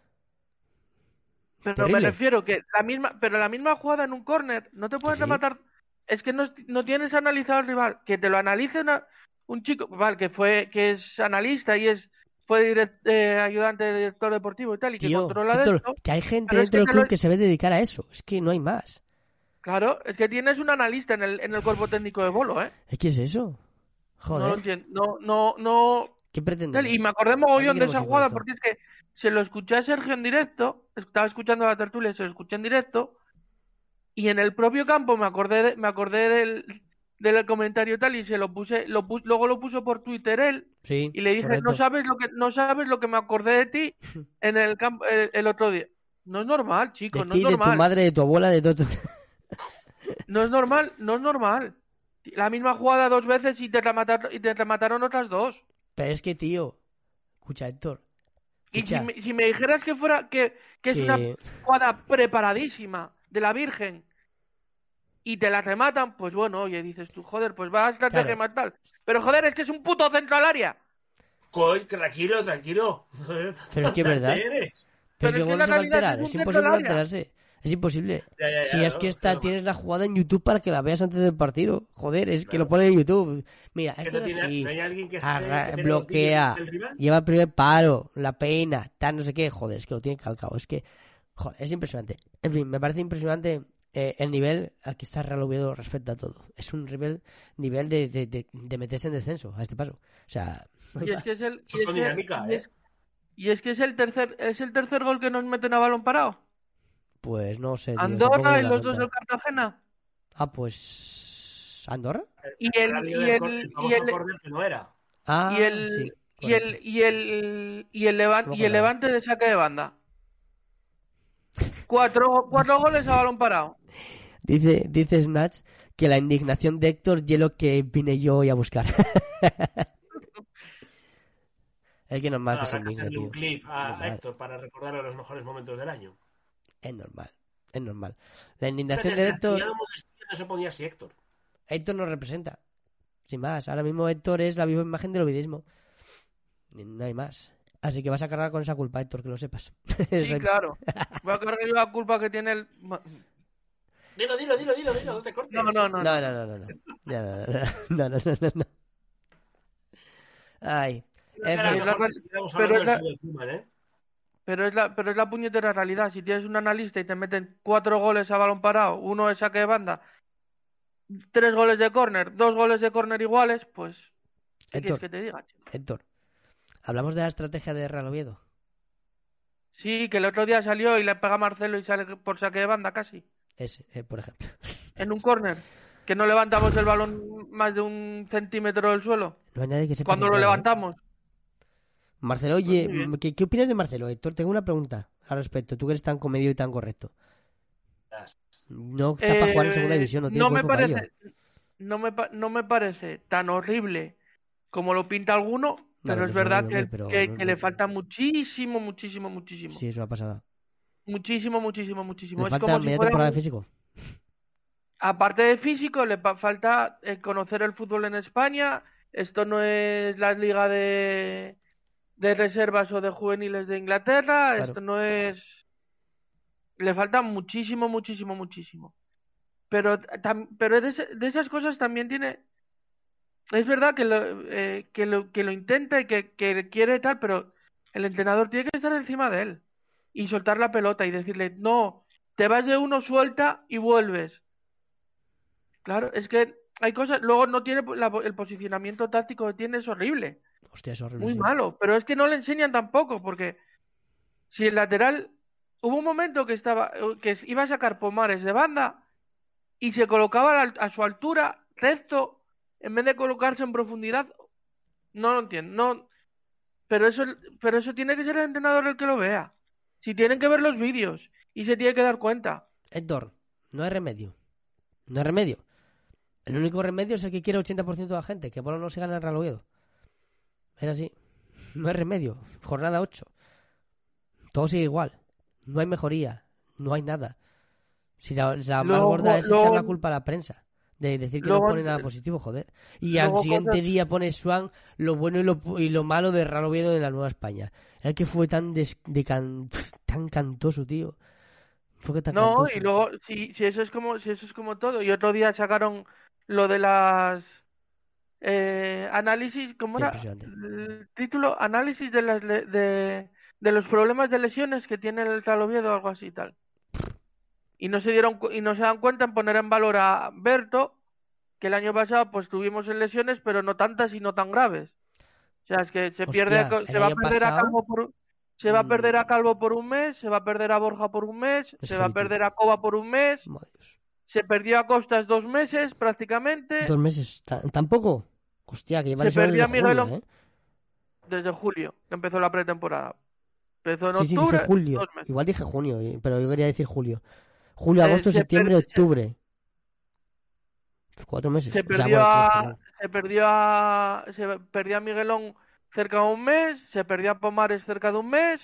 Speaker 2: Pero
Speaker 1: terrible.
Speaker 2: me refiero que la misma jugada en un córner no te puedes rematar. Es que no tienes analizado al rival. Que te lo analice un chico, vale, que es analista y fue ayudante de director deportivo y tal, y
Speaker 1: Tío,
Speaker 2: que controla
Speaker 1: Héctor,
Speaker 2: de esto.
Speaker 1: que hay gente dentro del club que se ve dedicar a eso. Es que no hay más.
Speaker 2: Claro, es que tienes un analista en el cuerpo técnico de Bolo, ¿eh?
Speaker 1: ¿Qué es eso? Joder.
Speaker 2: No lo entiendo. No.
Speaker 1: ¿Qué pretendemos?
Speaker 2: Y me acordé mogollón de esa jugada porque es que se lo escuché a Sergio en directo, estaba escuchando la tertulia, se lo escuché en directo, y en el propio campo me acordé del comentario tal, y se lo puse, luego lo puso por Twitter él,
Speaker 1: sí,
Speaker 2: y le dije,
Speaker 1: correcto.
Speaker 2: no sabes lo que me acordé de ti en el campo el otro día. No es normal, chico, no es normal.
Speaker 1: De tu madre, de tu abuela, de todo.
Speaker 2: No es normal. La misma jugada 2 veces y te remataron otras 2.
Speaker 1: Pero es que, tío, escucha, Héctor. Escucha.
Speaker 2: Y si me dijeras que es una jugada preparadísima de la Virgen y te la rematan, pues bueno, oye, dices tú, joder, pues va a estrategia más tal. Pero joder, es que es un puto centro al área.
Speaker 3: Tranquilo.
Speaker 1: Pero es que es verdad. Pero es que no se va a enterar, es imposible no enterarse. Es imposible. Si es que tienes la jugada en YouTube para que la veas antes del partido. Joder, es que lo pone en YouTube. Mira, esto es así.
Speaker 3: ¿No hay alguien que
Speaker 1: bloquea, lleva el primer palo, la peina, tal, no sé qué. Joder, es que lo tiene calcado. Es que, joder, es impresionante. En fin, me parece impresionante el nivel al que está Real Oviedo respecto a todo. Es un nivel de meterse en descenso a este paso. O sea,
Speaker 2: y es que es el tercer gol que nos meten a balón parado.
Speaker 1: Pues no sé. Tío,
Speaker 2: Andorra y los dos del Cartagena.
Speaker 1: Ah, pues ¿Andorra?
Speaker 2: Y el Levante de saque de banda. Cuatro goles a balón parado.
Speaker 1: Dice Snatch que la indignación de Héctor es lo que vine yo hoy a buscar. Es que normal que se
Speaker 3: Habrá que
Speaker 1: indigne,
Speaker 3: hacerle un
Speaker 1: tío.
Speaker 3: clip a
Speaker 1: Normal.
Speaker 3: Héctor para recordarle los mejores momentos del año.
Speaker 1: Es normal. Es normal. La indignación de
Speaker 3: Desde hacía
Speaker 1: Héctor...
Speaker 3: mucho tiempo no se ponía así Héctor.
Speaker 1: Héctor nos representa. Sin más. Ahora mismo Héctor es la viva imagen del ovidismo. No hay más. Así que vas a cargar con esa culpa, Héctor, que lo sepas.
Speaker 2: Sí, claro. Voy a cargar yo la culpa que tiene el...
Speaker 3: Dilo, no te cortes.
Speaker 2: No.
Speaker 1: No. No. Ay. En
Speaker 3: Era
Speaker 1: fin,
Speaker 3: mejor que siguiéramos
Speaker 2: pero
Speaker 3: hablando
Speaker 2: es
Speaker 3: del Sud de Koeman, ¿eh?
Speaker 2: Pero es la puñetera realidad. Si tienes un analista y te meten 4 goles a balón parado, 1 de saque de banda, 3 goles de córner, 2 goles de córner iguales, pues... ¿Qué quieres que te diga, chico?
Speaker 1: Héctor, hablamos de la estrategia de Real Oviedo.
Speaker 2: Sí, que el otro día salió y le pega a Marcelo y sale por saque de banda casi.
Speaker 1: Ese, por ejemplo.
Speaker 2: En un córner. Que no levantamos el balón más de 1 centímetro del suelo.
Speaker 1: No hay nadie que sepa
Speaker 2: Cuando lo
Speaker 1: centrar, ¿eh?
Speaker 2: levantamos.
Speaker 1: Marcelo,
Speaker 2: Pues
Speaker 1: oye,
Speaker 2: muy bien.
Speaker 1: ¿qué opinas de Marcelo, Héctor? Tengo una pregunta al respecto. Tú que eres tan comedido y tan correcto. No está para jugar en segunda división, no tiene
Speaker 2: no me
Speaker 1: cuerpo para ello.
Speaker 2: parece, no me parece tan horrible como lo pinta alguno, pero
Speaker 1: No
Speaker 2: es
Speaker 1: es
Speaker 2: verdad
Speaker 1: horrible, hombre, pero
Speaker 2: que
Speaker 1: no-
Speaker 2: le falta muchísimo, muchísimo, muchísimo.
Speaker 1: Sí, es una pasada.
Speaker 2: Muchísimo, muchísimo, muchísimo.
Speaker 1: Le
Speaker 2: Es
Speaker 1: falta
Speaker 2: como si
Speaker 1: media
Speaker 2: fuera
Speaker 1: temporada de físico.
Speaker 2: aparte de físico, falta conocer el fútbol en España. Esto no es la liga de reservas o de juveniles de Inglaterra.
Speaker 1: Claro.
Speaker 2: Esto no es... Le falta muchísimo, muchísimo, muchísimo. Pero de esas cosas también tiene... Es verdad que lo intenta y que quiere tal, pero el entrenador tiene que estar encima de él y soltar la pelota y decirle, no, te vas de uno, suelta y vuelves. Claro, es que hay cosas, luego no tiene el posicionamiento táctico que tiene, es horrible,
Speaker 1: Hostia, es horrible.
Speaker 2: muy
Speaker 1: Sí.
Speaker 2: malo, pero es que no le enseñan tampoco, porque si el lateral, hubo un momento que iba a sacar Pomares de banda y se colocaba a su altura, recto, en vez de colocarse en profundidad, no lo entiendo, no, pero eso tiene que ser el entrenador el que lo vea, si tienen que ver los vídeos y se tiene que dar cuenta.
Speaker 1: Héctor, no hay remedio. No hay remedio. El único remedio es el que quiere el 80% de la gente, que Polo no se gana el Real Oviedo. Es así. No hay remedio. Jornada 8. Todo sigue igual. No hay mejoría. No hay nada. Si la más
Speaker 2: Luego-
Speaker 1: gorda es
Speaker 2: luego-
Speaker 1: echar la culpa a la prensa. De decir que no
Speaker 2: luego-
Speaker 1: pone nada positivo, joder. Y al
Speaker 2: luego
Speaker 1: siguiente
Speaker 2: cosas-
Speaker 1: día pone Swan lo bueno y lo malo de Real Oviedo en la Nueva España. El que fue tan tan cantoso, tío. Fue que tan
Speaker 2: No,
Speaker 1: cantoso.
Speaker 2: y luego, si eso es como todo, y otro día sacaron lo de las análisis, ¿cómo
Speaker 1: Qué
Speaker 2: era?
Speaker 1: impresionante.
Speaker 2: El título, análisis de los problemas de lesiones que tiene el Real Oviedo o algo así y tal. Y no se dan cuenta en poner en valor a Berto, que el año pasado pues tuvimos en lesiones, pero no tantas y no tan graves. O sea, es que se pierde,
Speaker 1: Hostia, el
Speaker 2: se va a
Speaker 1: año
Speaker 2: perder a
Speaker 1: pasado-
Speaker 2: Calvo se va a perder a Calvo por un mes, se va a perder a Borja por un mes,
Speaker 1: Es
Speaker 2: se va a
Speaker 1: heavy,
Speaker 2: perder
Speaker 1: tío.
Speaker 2: a Cova por un mes,
Speaker 1: Madre Dios.
Speaker 2: se perdió a Costas 2 meses prácticamente,
Speaker 1: 2 meses. ¿Tampoco? Hostia, que lleva
Speaker 2: se
Speaker 1: lesionado
Speaker 2: perdió a
Speaker 1: desde junio,
Speaker 2: Miguelón
Speaker 1: ¿eh?
Speaker 2: desde julio, que empezó la pretemporada. Empezó en
Speaker 1: Sí, dije
Speaker 2: octubre,
Speaker 1: julio.
Speaker 2: 2 meses.
Speaker 1: Igual dije junio, pero yo quería decir julio. Julio, agosto,
Speaker 2: se
Speaker 1: septiembre,
Speaker 2: per-
Speaker 1: octubre. 4 meses.
Speaker 2: Se
Speaker 1: O sea,
Speaker 2: perdió
Speaker 1: bueno, 3,
Speaker 2: a,
Speaker 1: perdón.
Speaker 2: se perdió a Miguelón cerca de un mes, se perdió a Pomares cerca de un mes,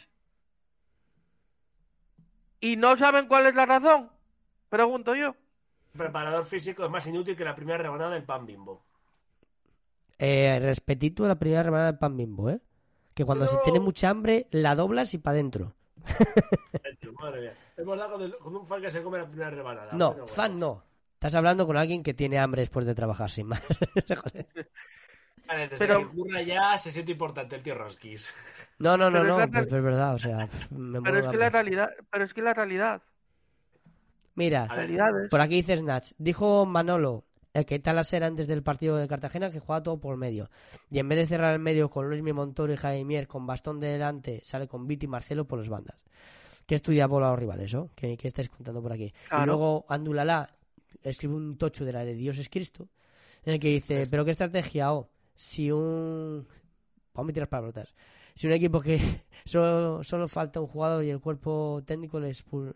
Speaker 2: y no saben cuál es la razón, pregunto yo.
Speaker 3: El preparador físico es más inútil que la primera rebanada del pan Bimbo.
Speaker 1: Respetito a la primera rebanada del pan Bimbo, ¿eh? Que cuando se tiene mucha hambre, la doblas y para adentro.
Speaker 3: Madre mía. Hemos dado con un fan que se come la primera rebanada.
Speaker 1: No,
Speaker 3: Bueno,
Speaker 1: fan
Speaker 3: bueno.
Speaker 1: no. Estás hablando con alguien que tiene hambre después de trabajar, sin más. Joder.
Speaker 3: Vale, desde
Speaker 2: Pero-
Speaker 3: que curra ya se siente importante el tío Roskis.
Speaker 1: No,
Speaker 2: Pero es la
Speaker 1: pues es verdad, o sea, me
Speaker 2: Pero
Speaker 1: muero
Speaker 2: es
Speaker 1: de
Speaker 2: que la
Speaker 1: hambre.
Speaker 2: realidad,
Speaker 1: Mira,
Speaker 3: A ver.
Speaker 2: realidades.
Speaker 1: por aquí dice Snatch. Dijo Manolo, el que tal era antes del partido de Cartagena, que jugaba todo por el medio. Y en vez de cerrar el medio con Luismi Montoro y Jaimier con bastón de delante, sale con Viti y Marcelo por las bandas. Que estudia por los rivales, ¿no? Que estáis contando por aquí.
Speaker 2: Claro.
Speaker 1: Y luego Andulala escribe un tocho de la de Dios es Cristo, en el que dice, pero qué estrategia, si un... Vamos a meter las palabrotas. Si un equipo que solo falta un jugador y el cuerpo técnico le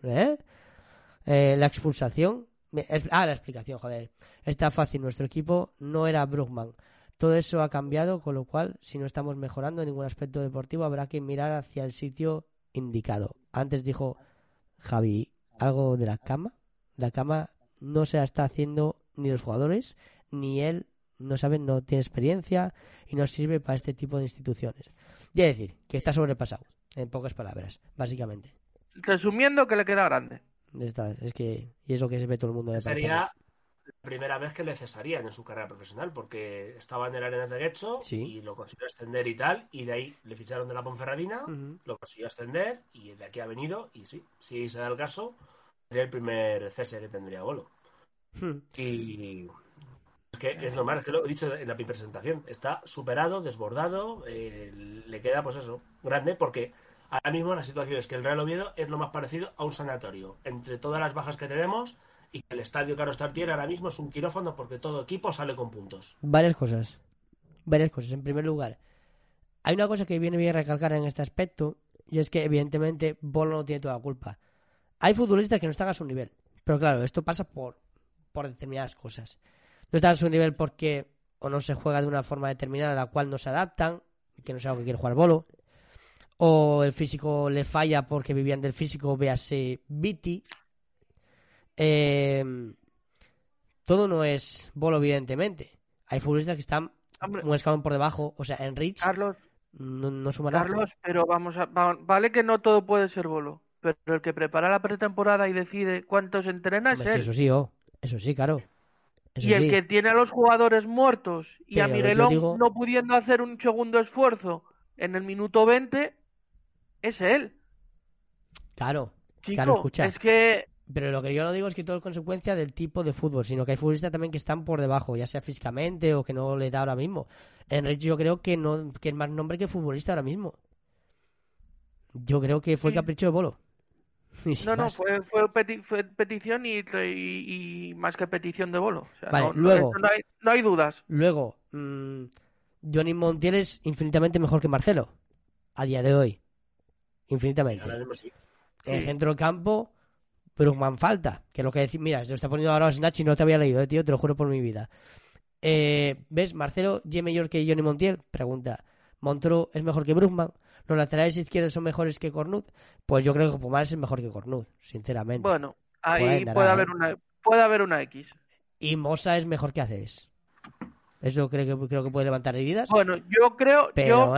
Speaker 1: la expulsación. La explicación, joder. Está fácil, nuestro equipo no era Brugman. Todo eso ha cambiado, con lo cual, si no estamos mejorando en ningún aspecto deportivo, habrá que mirar hacia el sitio indicado. Antes dijo Javi algo de la cama. La cama no se la está haciendo ni los jugadores, ni él, no tiene experiencia y no sirve para este tipo de instituciones. Y es decir, que está sobrepasado, en pocas palabras, básicamente.
Speaker 2: Resumiendo, que le queda grande.
Speaker 1: Y es lo que se ve todo el mundo.
Speaker 3: Sería la primera vez que le cesarían en su carrera profesional, porque estaba en el Arenas de Guecho y lo consiguió extender y tal, y de ahí le ficharon de la Ponferradina, lo consiguió extender y de aquí ha venido, y sí, si se da el caso, sería el primer cese que tendría Bolo. Y es que es normal, es que lo he dicho en la presentación, está superado, desbordado, le queda pues eso, grande, porque ahora mismo la situación es que el Real Oviedo es lo más parecido a un sanatorio, entre todas las bajas que tenemos, y que el estadio Carlos Tartiere ahora mismo es un quirófano porque todo equipo sale con puntos.
Speaker 1: Varias cosas. En primer lugar, hay una cosa que viene bien recalcar en este aspecto, y es que evidentemente Bolo no tiene toda la culpa. Hay futbolistas que no están a su nivel, pero claro, esto pasa por determinadas cosas. No están a su nivel porque o no se juega de una forma determinada a la cual no se adaptan, que no es algo que quiere jugar Bolo, o el físico le falla porque vivían del físico, véase Viti. Todo no es Bolo, evidentemente. Hay futbolistas que están un escalón por debajo. O sea, Enrich
Speaker 2: Carlos,
Speaker 1: no suma nada.
Speaker 2: Carlos, pero vale que no todo puede ser Bolo, pero el que prepara la pretemporada y decide cuántos entrena es él.
Speaker 1: Eso sí, claro.
Speaker 2: Y el que tiene a los jugadores muertos y a Miguelón no pudiendo hacer un segundo esfuerzo en el minuto 20 es él.
Speaker 1: Claro,
Speaker 2: Chico,
Speaker 1: escucha.
Speaker 2: Es que...
Speaker 1: Pero lo que yo no digo es que todo es consecuencia del tipo de fútbol, sino que hay futbolistas también que están por debajo, ya sea físicamente o que no le da ahora mismo. Enrich yo creo que es más nombre que futbolista ahora mismo. Yo creo que fue capricho de Bolo.
Speaker 2: No, fue petición y más que petición de Bolo. O sea,
Speaker 1: vale, luego...
Speaker 2: No hay dudas.
Speaker 1: Luego, Johnny Montiel es infinitamente mejor que Marcelo, a día de hoy. Infinitamente. En centro del campo... Brugman falta, que es lo que decir, mira, se lo está poniendo ahora Snatch y no te había leído, tío, te lo juro por mi vida. ¿Ves? Marcelo, ¿es mejor que Johnny Montiel? Pregunta. ¿Montoro es mejor que Brugman? ¿Los laterales izquierdos son mejores que Cornut? Pues yo creo que Pumares es mejor que Cornut, sinceramente.
Speaker 2: Bueno, ahí puede haber una X.
Speaker 1: Y Mosa es mejor que Aceves. Eso creo que puede levantar heridas.
Speaker 2: Bueno, yo creo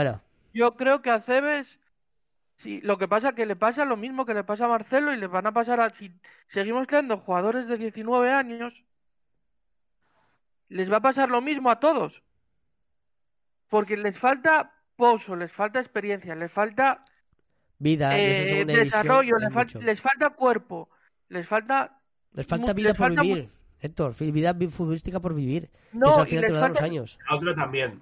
Speaker 2: que Aceves... Sí, lo que pasa es que le pasa lo mismo que le pasa a Marcelo y le van a pasar si seguimos creando jugadores de 19 años, les va a pasar lo mismo a todos. Porque les falta pozo, les falta experiencia, les falta
Speaker 1: vida,
Speaker 2: desarrollo, les falta cuerpo, les falta
Speaker 1: vida por vivir, Héctor, vida futbolística por vivir.
Speaker 2: No,
Speaker 1: eso al final te lo da los años.
Speaker 3: Otro también.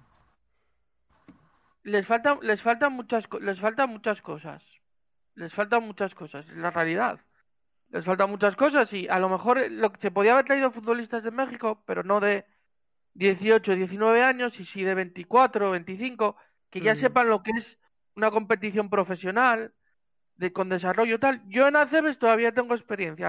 Speaker 2: Les faltan muchas cosas. Les faltan muchas cosas, es la realidad. Les faltan muchas cosas y a lo mejor se podía haber traído futbolistas de México, pero no de 18, 19 años, y sí de 24, 25, que ya sepan lo que es una competición profesional, con desarrollo y tal. Yo en Aceves todavía tengo experiencia,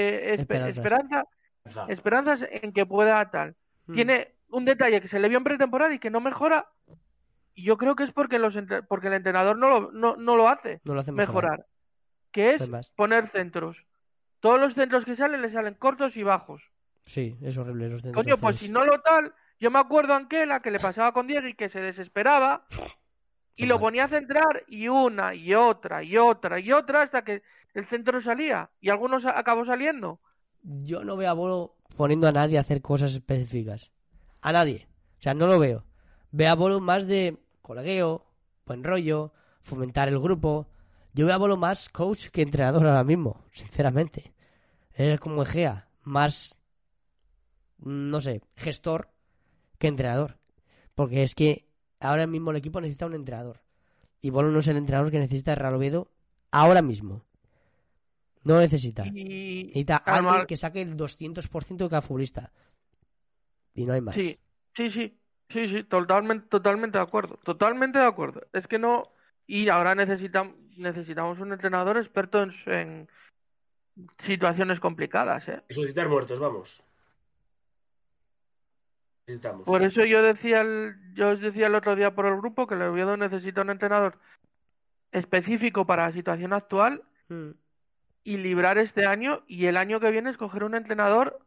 Speaker 2: esperanzas en que pueda tal. Tiene un detalle que se le vio en pretemporada y que no mejora. Y yo creo que es porque el entrenador no lo hace mejorar. Que es poner centros. Todos los centros que salen le salen cortos y bajos.
Speaker 1: Sí, es horrible los centros.
Speaker 2: Coño, pues si no lo tal, yo me acuerdo a Anquela que le pasaba con Diego y que se desesperaba y lo ponía a centrar y una y otra hasta que el centro salía y algunos acabó saliendo.
Speaker 1: Yo no veo a Bolo poniendo a nadie a hacer cosas específicas. A nadie. O sea, no lo veo. Veo a Bolo más de colegueo, buen rollo, fomentar el grupo. Yo veo a Bolo más coach que entrenador ahora mismo, sinceramente. Es como Egea, más, no sé, gestor que entrenador. Porque es que ahora mismo el equipo necesita un entrenador. Y Bolo no es el entrenador que necesita el Real Oviedo ahora mismo. No necesita. Necesita alguien que saque el 200% de cada futbolista. Y no hay más.
Speaker 2: Sí, totalmente de acuerdo. Es que no Y ahora necesitamos un entrenador experto en situaciones complicadas, ¿eh?
Speaker 3: Resucitar muertos, vamos. Necesitamos.
Speaker 2: Por eso yo os decía el otro día por el grupo que el Oviedo necesita un entrenador específico para la situación actual y librar este año, y el año que viene escoger un entrenador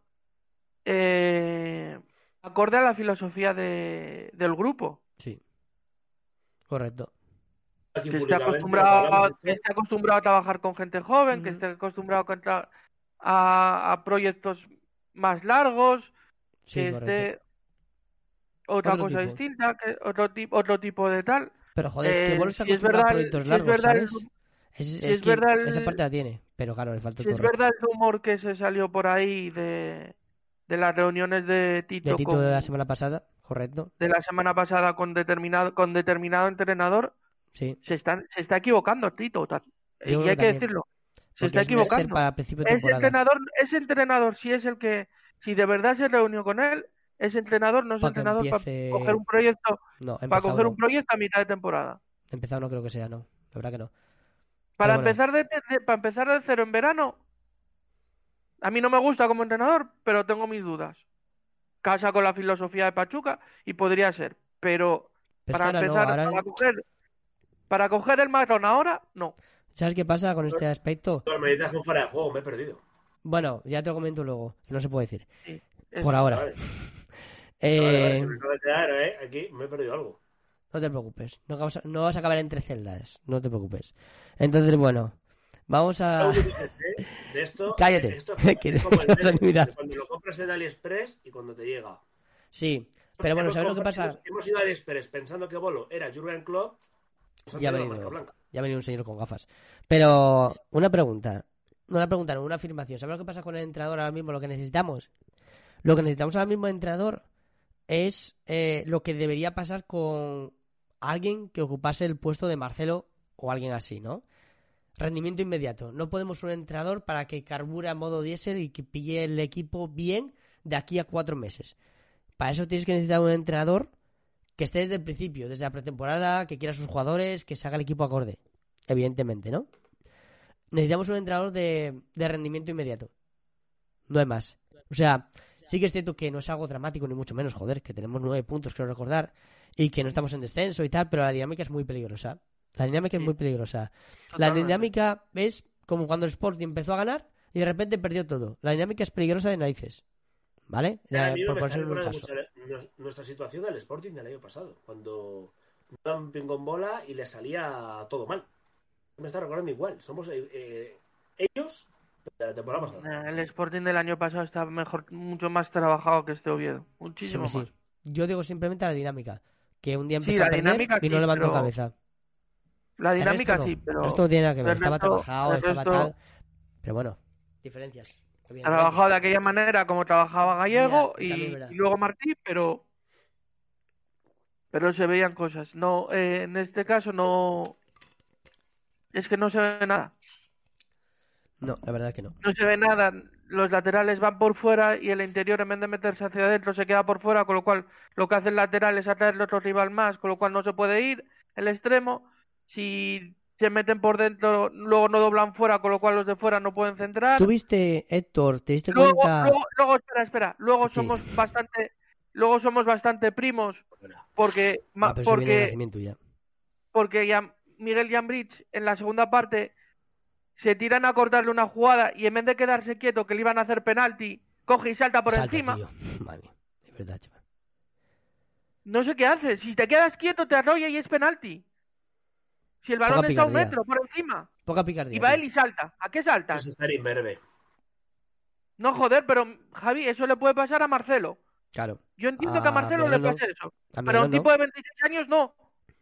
Speaker 2: acorde a la filosofía del grupo.
Speaker 1: Sí. Correcto.
Speaker 3: Aquí
Speaker 2: Que esté
Speaker 3: públicamente lo que hablamos
Speaker 2: acostumbrado a trabajar con gente joven, que
Speaker 1: Ujú.
Speaker 2: esté acostumbrado a proyectos más largos,
Speaker 1: Sí,
Speaker 2: que
Speaker 1: correcto.
Speaker 2: esté otra
Speaker 1: Otro
Speaker 2: cosa
Speaker 1: tipo.
Speaker 2: distinta, que otro tipo de tal.
Speaker 1: Pero joder, es que Bolo está
Speaker 2: Si es
Speaker 1: acostumbrado a
Speaker 2: verdad,
Speaker 1: proyectos
Speaker 2: si es
Speaker 1: largos,
Speaker 2: verdad,
Speaker 1: ¿sabes?
Speaker 2: si
Speaker 1: Es
Speaker 2: es
Speaker 1: que
Speaker 2: verdad,
Speaker 1: esa parte la tiene, pero claro, le falta
Speaker 2: si
Speaker 1: todo
Speaker 2: es
Speaker 1: el resto.
Speaker 2: verdad el rumor que se salió por ahí de las reuniones de
Speaker 1: De
Speaker 2: Tito
Speaker 1: Tito de la semana pasada, correcto.
Speaker 2: de la semana pasada con determinado entrenador,
Speaker 1: Sí,
Speaker 2: se está equivocando Tito,
Speaker 1: yo
Speaker 2: y
Speaker 1: creo que
Speaker 2: hay que
Speaker 1: también.
Speaker 2: decirlo, se
Speaker 1: Porque
Speaker 2: está
Speaker 1: es menester
Speaker 2: equivocando.
Speaker 1: para principio de temporada.
Speaker 2: Ese entrenador, si es el que, si de verdad se reunió con él, ese entrenador no es
Speaker 1: Para que
Speaker 2: entrenador para coger
Speaker 1: empiece.
Speaker 2: un proyecto,
Speaker 1: No,
Speaker 2: para
Speaker 1: empezado
Speaker 2: coger un
Speaker 1: no.
Speaker 2: proyecto a mitad de temporada.
Speaker 1: Empezado no creo que sea, no. La verdad que no. Pero
Speaker 2: Para
Speaker 1: bueno,
Speaker 2: empezar de cero en verano, a mí no me gusta como entrenador, pero tengo mis dudas. Casa con la filosofía de Pachuca y podría ser, pero
Speaker 1: pero es que
Speaker 2: para
Speaker 1: ahora no.
Speaker 2: empezar,
Speaker 1: Ahora,
Speaker 2: para coger el marrón ahora, no.
Speaker 1: ¿sabes qué pasa con este aspecto?
Speaker 3: me dices un fuera de juego, me he perdido.
Speaker 1: Bueno, ya te lo comento luego, que no se puede decir.
Speaker 2: Sí,
Speaker 1: Por
Speaker 2: eso.
Speaker 1: ahora.
Speaker 3: Vale, vale,
Speaker 1: Eh,
Speaker 3: se me acaba de quedar, aquí me he perdido algo.
Speaker 1: no te preocupes. No vas a acabar entre celdas. No te preocupes. Entonces, bueno, vamos
Speaker 3: Lo
Speaker 1: a.
Speaker 3: único que sé de esto,
Speaker 1: Cállate.
Speaker 3: esto
Speaker 1: Que
Speaker 3: es como el
Speaker 1: no vas a
Speaker 3: meme,
Speaker 1: mirar.
Speaker 3: de cuando lo compras en AliExpress y cuando te llega.
Speaker 1: Sí, pero bueno, ¿sabes lo que pasa?
Speaker 3: Hemos ido a AliExpress pensando que Bolo era Jurgen Klopp, nos han
Speaker 1: Ya ha
Speaker 3: traído la marca
Speaker 1: venido,
Speaker 3: blanca.
Speaker 1: ya ha venido un señor con gafas. Pero una pregunta. No una pregunta, no, una afirmación. ¿Sabes lo que pasa con el entrenador ahora mismo? Lo que necesitamos. Lo que necesitamos ahora mismo de entrenador es lo que debería pasar con alguien que ocupase el puesto de Marcelo o alguien así, ¿no? Rendimiento inmediato. No podemos un entrenador para que carbure a modo diésel y que pille el equipo bien de aquí a 4 meses. Para eso tienes que necesitar un entrenador que esté desde el principio, desde la pretemporada, que quiera a sus jugadores, que se haga el equipo acorde. Evidentemente, ¿no? Necesitamos un entrenador de rendimiento inmediato. No hay más. O sea, sí que es cierto que no es algo dramático, ni mucho menos, joder, que tenemos 9 puntos, creo recordar, y que no estamos en descenso y tal, pero la dinámica es muy peligrosa. La dinámica es
Speaker 2: Sí,
Speaker 1: muy peligrosa. La
Speaker 2: totalmente.
Speaker 1: dinámica es como cuando el Sporting empezó a ganar y de repente perdió todo. La dinámica es peligrosa de narices. ¿Vale?
Speaker 3: A mí
Speaker 1: Por
Speaker 3: me está
Speaker 1: ponerse en un
Speaker 3: recordando
Speaker 1: caso.
Speaker 3: mucho nuestra situación del Sporting del año pasado, cuando daban ping con bola y le salía todo mal. Me está recordando igual. Somos ellos de la temporada pasada.
Speaker 2: El Sporting del año pasado está mucho más trabajado que este Oviedo.
Speaker 1: Sí,
Speaker 2: Muchísimo más.
Speaker 1: sí. Yo digo simplemente la dinámica. Que un día
Speaker 2: Sí,
Speaker 1: empezó a
Speaker 2: la
Speaker 1: perder
Speaker 2: dinámica
Speaker 1: y no
Speaker 2: sí,
Speaker 1: levantó
Speaker 2: pero
Speaker 1: cabeza.
Speaker 2: la
Speaker 1: El resto
Speaker 2: dinámica
Speaker 1: no.
Speaker 2: sí,
Speaker 1: El resto no tiene nada que ver.
Speaker 2: el
Speaker 1: Estaba
Speaker 2: resto,
Speaker 1: trabajado,
Speaker 2: el
Speaker 1: estaba
Speaker 2: resto
Speaker 1: tal. Pero bueno, diferencias.
Speaker 2: ha
Speaker 1: Evidentemente.
Speaker 2: trabajado de aquella manera como trabajaba
Speaker 1: Ya,
Speaker 2: Gallego
Speaker 1: también es
Speaker 2: y
Speaker 1: verdad.
Speaker 2: luego Martí, pero se veían cosas. No, en este caso no, es que no se ve nada.
Speaker 1: No, la verdad es que no.
Speaker 2: No se ve nada. Los laterales van por fuera y el interior, en vez de meterse hacia adentro, se queda por fuera, con lo cual lo que hace el lateral es atraerle otro rival más, con lo cual no se puede ir el extremo. Si se meten por dentro, luego no doblan fuera, con lo cual los de fuera no pueden
Speaker 1: ¿Tú
Speaker 2: centrar.
Speaker 1: viste, Héctor, te diste
Speaker 2: Luego,
Speaker 1: cuenta?
Speaker 2: espera.
Speaker 1: Sí.
Speaker 2: Luego somos bastante primos porque,
Speaker 1: Ah, pero eso viene de nacimiento ya.
Speaker 2: Miguel Jambrich en la segunda parte se tiran a cortarle una jugada y en vez de quedarse quieto que le iban a hacer penalti, coge y salta por
Speaker 1: Salta,
Speaker 2: encima.
Speaker 1: tío. Madre mía, de verdad, chaval.
Speaker 2: No sé qué hace. Si te quedas quieto, te arrolla y es penalti. Si el
Speaker 1: Poca
Speaker 2: balón está a un
Speaker 1: picardía.
Speaker 2: metro por encima.
Speaker 1: Poca
Speaker 2: Y
Speaker 1: picardía,
Speaker 2: va
Speaker 1: tío.
Speaker 2: él y salta. ¿A qué saltas?
Speaker 3: Eso es estar imberbe.
Speaker 2: No, joder, pero Javi, eso le puede pasar a Marcelo.
Speaker 1: Claaro.
Speaker 2: Yo entiendo que a
Speaker 1: A
Speaker 2: Marcelo
Speaker 1: Miguel
Speaker 2: le
Speaker 1: no.
Speaker 2: pase eso.
Speaker 1: A
Speaker 2: Pero a
Speaker 1: Miguel
Speaker 2: un tipo
Speaker 1: no.
Speaker 2: de 26 años no.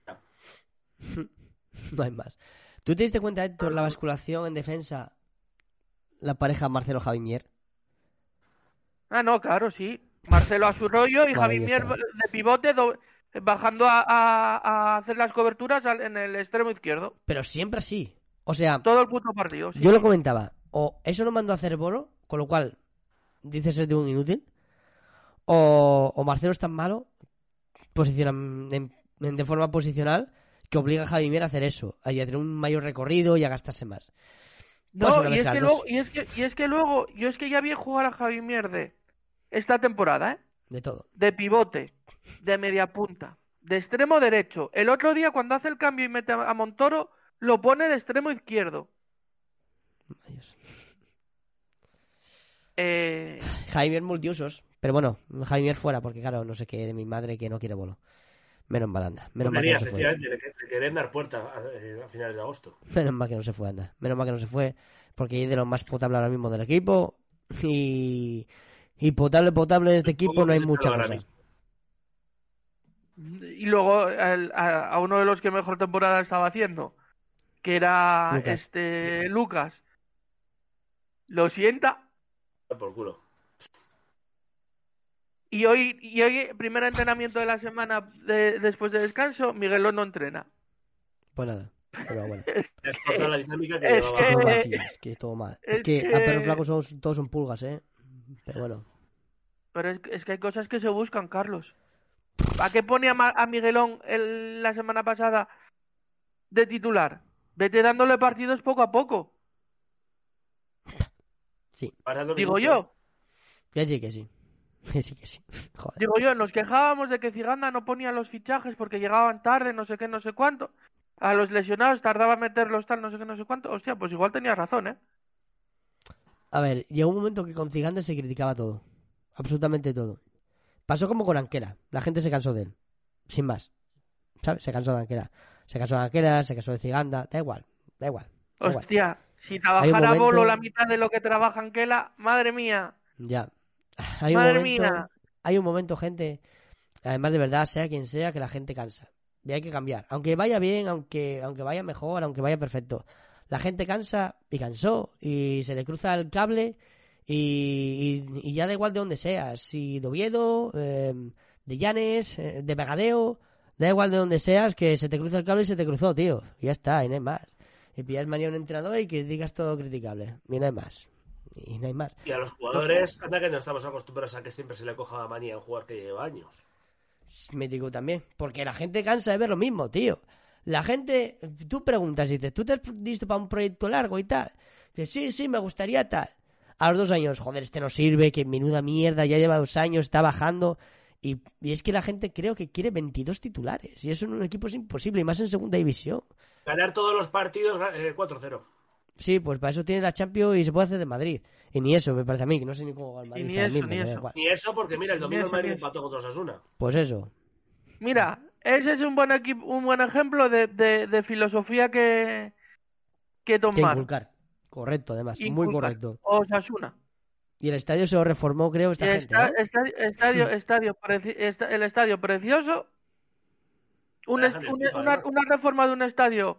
Speaker 1: No hay más. ¿Tú te diste cuenta, Héctor, la basculación en defensa? La pareja Marcelo-Javier.
Speaker 2: Ah, no, claro, sí. Marcelo a su rollo y
Speaker 1: Madre
Speaker 2: Javi
Speaker 1: Dios,
Speaker 2: Mier
Speaker 1: chaval.
Speaker 2: de pivote bajando a hacer las coberturas en el extremo izquierdo.
Speaker 1: Pero siempre así. O sea,
Speaker 2: Todo el puto partido. Sí,
Speaker 1: yo lo
Speaker 2: sí.
Speaker 1: comentaba. O eso lo mandó a hacer Boro, con lo cual dices ser de un inútil. O Marcelo es tan malo de forma posicional que obliga a Javi Mier a hacer eso, a tener un mayor recorrido y a gastarse más.
Speaker 2: No,
Speaker 1: Pues una
Speaker 2: y es
Speaker 1: mezcla
Speaker 2: que
Speaker 1: de
Speaker 2: luego,
Speaker 1: dos.
Speaker 2: y es que luego, yo es que ya vi jugar a Javi Mierde esta temporada,
Speaker 1: De todo.
Speaker 2: de pivote, de media punta, de extremo derecho. El otro día cuando hace el cambio y mete a Montoro, lo pone de extremo izquierdo.
Speaker 1: Adiós.
Speaker 2: Eh,
Speaker 1: Javi Mier multiusos, pero bueno, Javi Mier fuera, porque claro, no sé qué de mi madre que no quiere bono. Menos mal, anda. Menos mal que no se fue.
Speaker 3: Efectivamente, le querían dar puerta a finales de agosto.
Speaker 1: Menos mal que no se fue, anda. Menos mal que no se fue, porque es de los más potables ahora mismo del equipo. Y potable en este equipo no hay mucha cosa.
Speaker 2: y luego a uno de los que mejor temporada estaba haciendo, que era
Speaker 1: Lucas.
Speaker 2: Lucas, lo sienta.
Speaker 3: Por culo.
Speaker 2: Y hoy, primer entrenamiento de la semana después de descanso, Miguelón no entrena.
Speaker 1: Pues nada, pero bueno.
Speaker 3: Es por toda la dinámica que
Speaker 2: es
Speaker 3: llevaba.
Speaker 1: Todo mal,
Speaker 2: que,
Speaker 1: tío, es que todo mal.
Speaker 2: es
Speaker 1: Es que
Speaker 2: que-
Speaker 1: a perros flacos todos son pulgas, Pero bueno.
Speaker 2: pero es que hay cosas que se buscan, Carlos. ¿A qué pone a Miguelón la semana pasada de titular? Vete dándole partidos poco a poco.
Speaker 1: Sí,
Speaker 3: Pasando
Speaker 2: Digo
Speaker 3: minutos.
Speaker 2: yo,
Speaker 1: que sí, que sí. Que sí, que sí. Joder.
Speaker 2: digo yo, nos quejábamos de que Ziganda no ponía los fichajes porque llegaban tarde, no sé qué, no sé cuánto. A los lesionados tardaba en meterlos tal, no sé qué, no sé cuánto. Hostia, pues igual tenías razón, ¿eh?
Speaker 1: A ver, llegó un momento que con Ziganda se criticaba todo. Absolutamente todo. Pasó como con Anquela. La gente se cansó de él. Sin más. ¿Sabes? Se cansó de Anquela. Se cansó de Anquela, se cansó de Ziganda. Da igual. Da igual. Da igual.
Speaker 2: Hostia, si
Speaker 1: Hay un
Speaker 2: trabajara
Speaker 1: momento-
Speaker 2: Bolo la mitad de lo que trabaja Anquela, madre mía,
Speaker 1: Ya. Hay un
Speaker 2: madre
Speaker 1: momento.
Speaker 2: mía.
Speaker 1: Hay un momento, gente. Además, de verdad, sea quien sea, que la gente cansa. Y hay que cambiar. Aunque vaya bien, aunque vaya mejor, aunque vaya perfecto. La gente cansa y cansó. Y se le cruza el cable. Y ya da igual de donde seas. Si de Oviedo, de Llanes, de Vegadeo. Da igual de donde seas, que se te cruza el cable y se te cruzó, tío. Y ya está, y no hay más. Y pillas manía a un entrenador y que digas todo criticable. Y no hay más. Y no hay más.
Speaker 3: Y a los jugadores, anda que no estamos acostumbrados a que siempre se le coja manía en jugar que lleva años.
Speaker 1: Mítico también. Porque la gente cansa de ver lo mismo, tío. La gente, tú preguntas y dices, ¿tú te has listo para un proyecto largo y tal? Dices, sí, me gustaría tal. A los 2 años, joder, este no sirve, que menuda mierda, ya lleva 2 años, está bajando. Y es que la gente creo que quiere 22 titulares. Y eso en un equipo es imposible, y más en segunda división.
Speaker 3: Ganar todos los partidos 4-0.
Speaker 1: Sí, pues para eso tiene la Champions y se puede hacer de Madrid. Y ni eso, me parece a mí, que no sé ni cómo va el Madrid.
Speaker 2: ni
Speaker 1: ahora
Speaker 2: eso,
Speaker 1: mismo,
Speaker 2: ni
Speaker 1: me da
Speaker 2: eso.
Speaker 1: igual.
Speaker 3: Ni eso, porque mira, el domingo el
Speaker 2: Ni eso,
Speaker 3: Madrid
Speaker 2: ni eso.
Speaker 3: empató contra Osasuna.
Speaker 1: Pues eso.
Speaker 2: Mira, ese es un buen un buen ejemplo de filosofía que
Speaker 1: Que
Speaker 2: tomar.
Speaker 1: inculcar. Correcto, además. Muy
Speaker 2: Inculcar.
Speaker 1: correcto.
Speaker 2: Osasuna.
Speaker 1: Y el estadio se lo reformó, creo, esta gente, ¿no?
Speaker 2: El estadio precioso.
Speaker 3: La dejan en FIFA, además.
Speaker 2: Una reforma de un estadio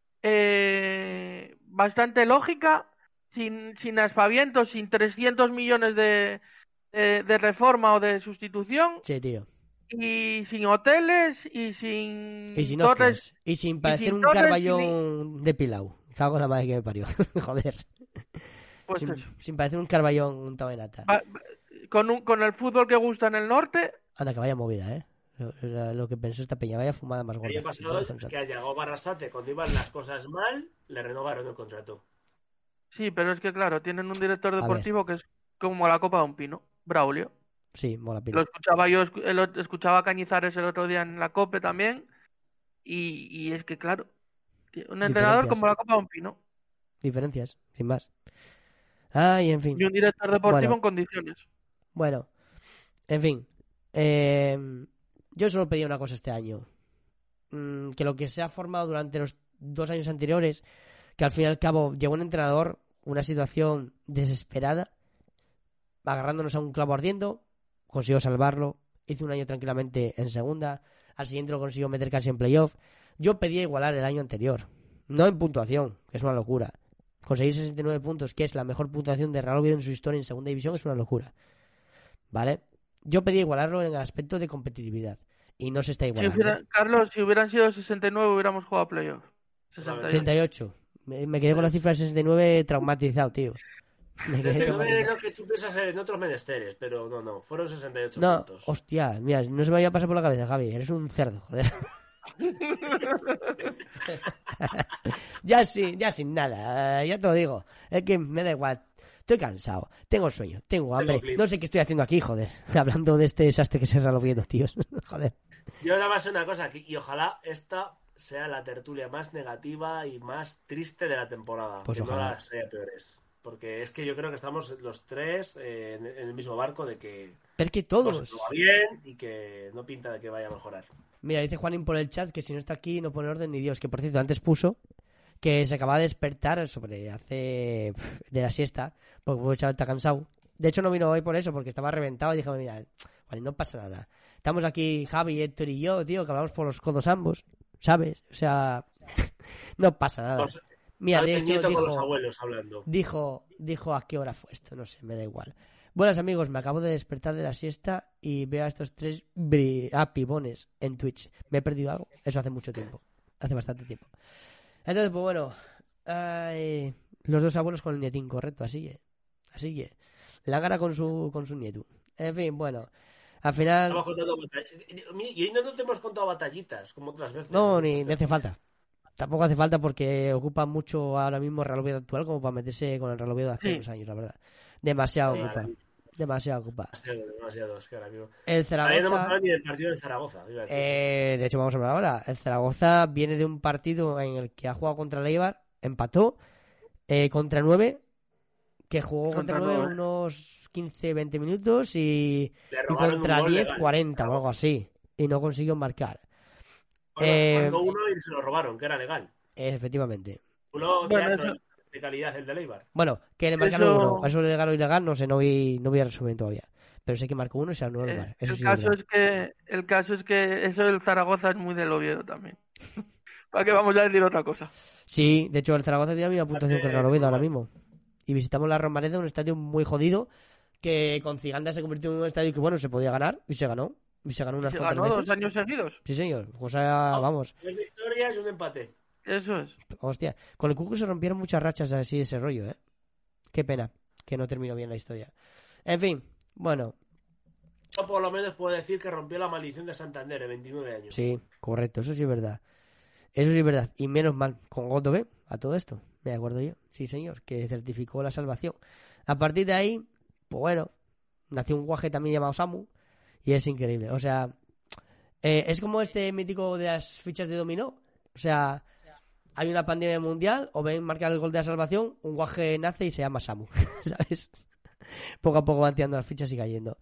Speaker 2: bastante lógica, sin aspavientos, sin 300 millones de reforma o de sustitución,
Speaker 1: Sí, tío.
Speaker 2: y sin hoteles y sin
Speaker 1: Y sin
Speaker 2: torres.
Speaker 1: hostias. Y sin parecer
Speaker 2: sin
Speaker 1: un
Speaker 2: torres,
Speaker 1: Carballón de Pilau. Cago en la madre que me parió. Joder.
Speaker 2: Pues
Speaker 1: Sin,
Speaker 2: eso.
Speaker 1: sin parecer un Carballón untado en nata.
Speaker 2: Con el fútbol que gusta en el norte,
Speaker 1: Anda, que vaya movida, ¿eh? Lo que pensó esta peña, vaya fumada más
Speaker 3: El
Speaker 1: gorda.
Speaker 3: año pasado que a Yago Barrasate, cuando iban las cosas mal, le renovaron el contrato.
Speaker 2: sí, pero es que claro, tienen un director
Speaker 1: ver.
Speaker 2: deportivo que es como la copa de un pino, Braulio.
Speaker 1: Sí, mola
Speaker 2: Lo
Speaker 1: pila.
Speaker 2: escuchaba yo, escuchaba a Cañizares el otro día en la COPE también, y es que claro, un entrenador
Speaker 1: Diferencias.
Speaker 2: como la copa de un pino
Speaker 1: Diferencias, sin más. Ay, en fin.
Speaker 2: y un director deportivo
Speaker 1: Bueno.
Speaker 2: en condiciones.
Speaker 1: Bueno, en fin. Yo solo pedí una cosa este año. Que lo que se ha formado durante los 2 años anteriores, que al fin y al cabo llegó un entrenador, una situación desesperada, agarrándonos a un clavo ardiendo, consiguió salvarlo, hizo un año tranquilamente en segunda, al siguiente lo consiguió meter casi en playoff. Yo pedía igualar el año anterior, no en puntuación, que es una locura. Conseguir 69 puntos, que es la mejor puntuación de Real Oviedo en su historia en segunda división, es una locura. ¿Vale? Yo pedí igualarlo en el aspecto de competitividad. Y no se está igualando.
Speaker 2: Carlos, si hubieran sido 69 hubiéramos jugado a playoff. 68.
Speaker 1: 38. Me quedé con la cifra de 69 traumatizado, tío. Me quedé
Speaker 3: 39 es
Speaker 1: traumatizado.
Speaker 3: lo que tú piensas en otros menesteres, pero no, fueron 68
Speaker 1: No,
Speaker 3: puntos.
Speaker 1: hostia, mira, no se me había pasado por la cabeza, Javi. Eres un cerdo, joder. Ya sin nada, ya te lo digo. Es que me da igual. Estoy cansado, tengo sueño, tengo hambre. No sé qué estoy haciendo aquí, joder. Hablando de este desastre que se está viendo, tíos. Joder.
Speaker 3: Yo nada más una cosa, y ojalá esta sea la tertulia más negativa y más triste de la temporada.
Speaker 1: Pues
Speaker 3: que
Speaker 1: ojalá.
Speaker 3: No las sea peores. Porque es que yo creo que estamos los tres en el mismo barco de que...
Speaker 1: Pero que todos...
Speaker 3: Pues, va bien y que no pinta de que vaya a mejorar.
Speaker 1: Mira, dice Juanín por el chat que si no está aquí no pone orden ni Dios. Que por cierto, antes puso que se acaba de despertar de la siesta, porque el chaval está cansado. De hecho no vino hoy por eso, porque estaba reventado y dije, mira, Juanín, no pasa nada. Estamos aquí Javi, Héctor y yo, tío, que hablamos por los codos ambos, ¿sabes? O sea, no pasa nada. Mira, de hecho dijo,
Speaker 3: con los abuelos hablando.
Speaker 1: Dijo a qué hora fue esto, no sé, me da igual. Buenas amigos, me acabo de despertar de la siesta y veo a estos tres pibones en Twitch. ¿Me he perdido algo? Eso hace mucho tiempo, hace bastante tiempo. Entonces, pues bueno, los dos abuelos con el nietín, correcto, así que la cara con su nieto. En fin, bueno, al final...
Speaker 3: Y hoy no te hemos contado batallitas, como otras veces.
Speaker 1: No, ni hace falta. Tampoco hace falta porque ocupa mucho ahora mismo el Real Oviedo actual como para meterse con el Real Oviedo de hace unos años, la verdad. Demasiado ocupa.
Speaker 3: Demasiado, es que ahora mismo.
Speaker 1: El Zaragoza...
Speaker 3: no hemos hablado ni del partido del Zaragoza.
Speaker 1: De hecho, vamos a hablar ahora. El Zaragoza viene de un partido en el que ha jugado contra el Eibar, empató contra 9, que jugó contra 9 unos 15-20 minutos y contra 10-40 o algo así. Y no consiguió marcar.
Speaker 3: Marcó uno y se lo robaron, que era legal.
Speaker 1: Efectivamente.
Speaker 3: Uno de calidad, el de Eibar.
Speaker 1: Bueno, que le marcaron uno. Eso legal o ilegal, no sé, no vi el resumen todavía. Pero sé que marcó uno y se anuló el VAR.
Speaker 2: El caso es que eso del Zaragoza es muy del Oviedo también. ¿Para qué vamos a decir otra cosa?
Speaker 1: Sí, de hecho el Zaragoza tiene la misma puntuación que el Real Oviedo ahora mismo. Y visitamos la Romareda, un estadio muy jodido, que con Ciganda se convirtió en un estadio que bueno, se podía ganar y se ganó. Y se ganó unas cuantas veces.
Speaker 2: 2 años seguidos.
Speaker 1: Sí, señor. O sea, vamos.
Speaker 3: 3 victorias y un empate.
Speaker 2: Eso es.
Speaker 1: Hostia, con el Cucu se rompieron muchas rachas así ese rollo, ¿eh? Qué pena que no terminó bien la historia. En fin, bueno.
Speaker 3: Yo por lo menos puedo decir que rompió la maldición de Santander de 29 años.
Speaker 1: Sí, correcto, eso sí es verdad. Eso sí es verdad. Y menos mal, con Goldobé, a todo esto. Me acuerdo yo. Sí, señor, que certificó la salvación. A partir de ahí, pues bueno, nació un guaje también llamado Samu. Y es increíble. O sea, es como este mítico de las fichas de dominó. O sea, hay una pandemia mundial, o ven marcar el gol de la salvación, un guaje nace y se llama Samu. ¿Sabes? Poco a poco van tirando las fichas y cayendo.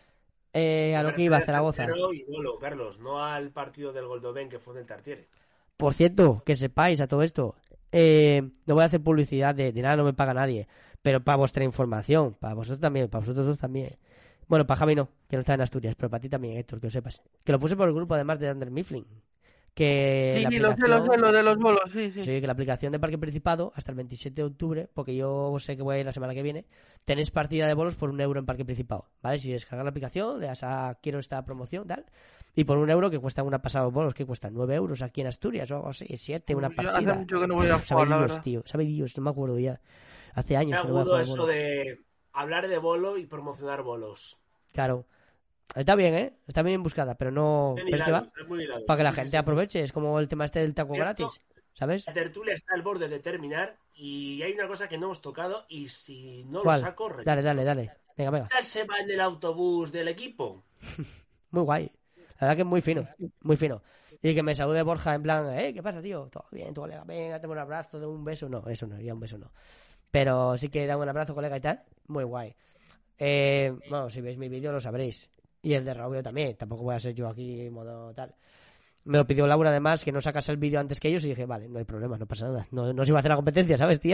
Speaker 1: A lo que iba, Zaragoza.
Speaker 3: Y Bolo, Carlos, no al partido del Goldobén que fue en el Tartiere.
Speaker 1: Por cierto, que sepáis a todo esto, no voy a hacer publicidad de nada, no me paga nadie, pero para vuestra información, para vosotros también, para vosotros dos también. Bueno, para Javi no, que no está en Asturias, pero para ti también, Héctor, que lo sepas. Que lo puse por el grupo, además de Under Mifflin. Que
Speaker 2: sí,
Speaker 1: la aplicación...
Speaker 2: lo de los bolos, sí.
Speaker 1: Sí, que la aplicación de Parque Principado, hasta el 27 de octubre, porque yo sé que voy a ir la semana que viene, tenéis partida de bolos por €1 en Parque Principado, ¿vale? Si descargas la aplicación, le das a quiero esta promoción, tal, y por €1 que cuesta una pasada de bolos, que cuestan €9 aquí en Asturias, o algo así, 7, una partida.
Speaker 2: Hace mucho que no voy a jugar, la verdad.
Speaker 1: Sabe Dios, no me acuerdo ya. Hace años.
Speaker 3: Me agudo eso de hablar de bolo y promocionar bolos.
Speaker 1: Claro. Está bien, ¿eh? Está bien buscada, pero no...
Speaker 3: Bien
Speaker 1: pero
Speaker 3: hilado,
Speaker 1: es que va para que la gente aproveche. Es como el tema este del taco gratis, ¿sabes?
Speaker 3: La tertulia está al borde de terminar y hay una cosa que no hemos tocado y si no
Speaker 1: ¿Cuál?
Speaker 3: lo saco...
Speaker 1: Dale. Venga.
Speaker 3: ¿Qué tal se va en el autobús del equipo?
Speaker 1: Muy guay. La verdad que es muy fino, muy fino. Y que me salude Borja en plan, ¿qué pasa, tío? Todo bien, tu colega, venga, dame un abrazo, dame un beso. No, eso no, ya un beso no. Pero sí que dame un abrazo, colega, y tal. Muy guay. Bueno, si veis mi vídeo lo sabréis. Y el de Raúl también, tampoco voy a ser yo aquí en modo tal. Me lo pidió Laura además, que no sacase el vídeo antes que ellos y dije, vale, no hay problema, no pasa nada. No se iba a hacer la competencia, ¿sabes, tía?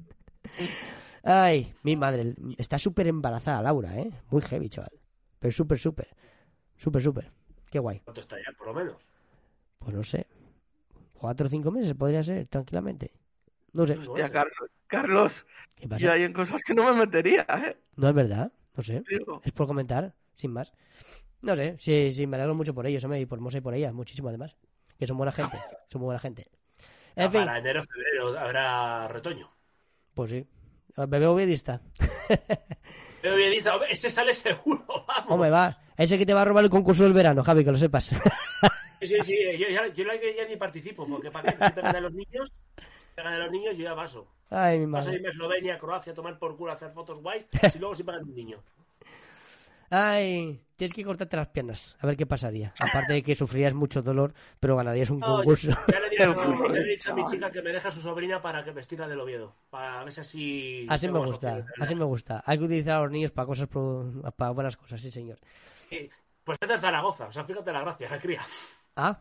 Speaker 1: Ay, mi madre, está súper embarazada Laura, ¿eh? Muy heavy, chaval. Pero súper. Qué guay.
Speaker 3: ¿Cuánto está ya, por lo menos?
Speaker 1: Pues no sé. 4 o 5 meses podría ser, tranquilamente. No sé.
Speaker 2: Hostia, Carlos,
Speaker 1: ¿Qué pasa?
Speaker 2: yo hay en cosas que no me metería, ¿eh?
Speaker 1: No es verdad, no sé.
Speaker 2: Digo.
Speaker 1: Es por comentar, sin más. No sé, sí, me alegro mucho por ellos, hombre, y por Mosa y por ellas, muchísimo además. Que son buena gente, En fin.
Speaker 3: Para enero, febrero habrá retoño.
Speaker 1: Pues sí. Bebé obedista.
Speaker 3: Pero bien, ese sale seguro, vamos.
Speaker 1: Hombre, va. Ese que te va a robar el concurso del verano, Javi, que lo sepas.
Speaker 3: Sí, yo ya ni participo, porque para qué si pegan a los niños, yo ya paso.
Speaker 1: Ay, mi
Speaker 3: Vas a
Speaker 1: madre.
Speaker 3: irme a Eslovenia, Croacia, a tomar por culo, a hacer fotos guays, si luego sí pagan un niño.
Speaker 1: Ay, tienes que cortarte las piernas, a ver qué pasaría. Aparte de que sufrirías mucho dolor, pero ganarías un
Speaker 3: No,
Speaker 1: concurso.
Speaker 3: ya le he dicho a mi chica que me deje a su sobrina para que vestirla del Oviedo. Para ver si así.
Speaker 1: Así me
Speaker 3: tengo más
Speaker 1: gusta,
Speaker 3: opciones de
Speaker 1: así
Speaker 3: ganar.
Speaker 1: me gusta. Hay que utilizar a los niños para cosas, para buenas cosas, sí, señor.
Speaker 3: Pues es de Zaragoza, o sea, fíjate la gracia, la cría.
Speaker 1: Ah,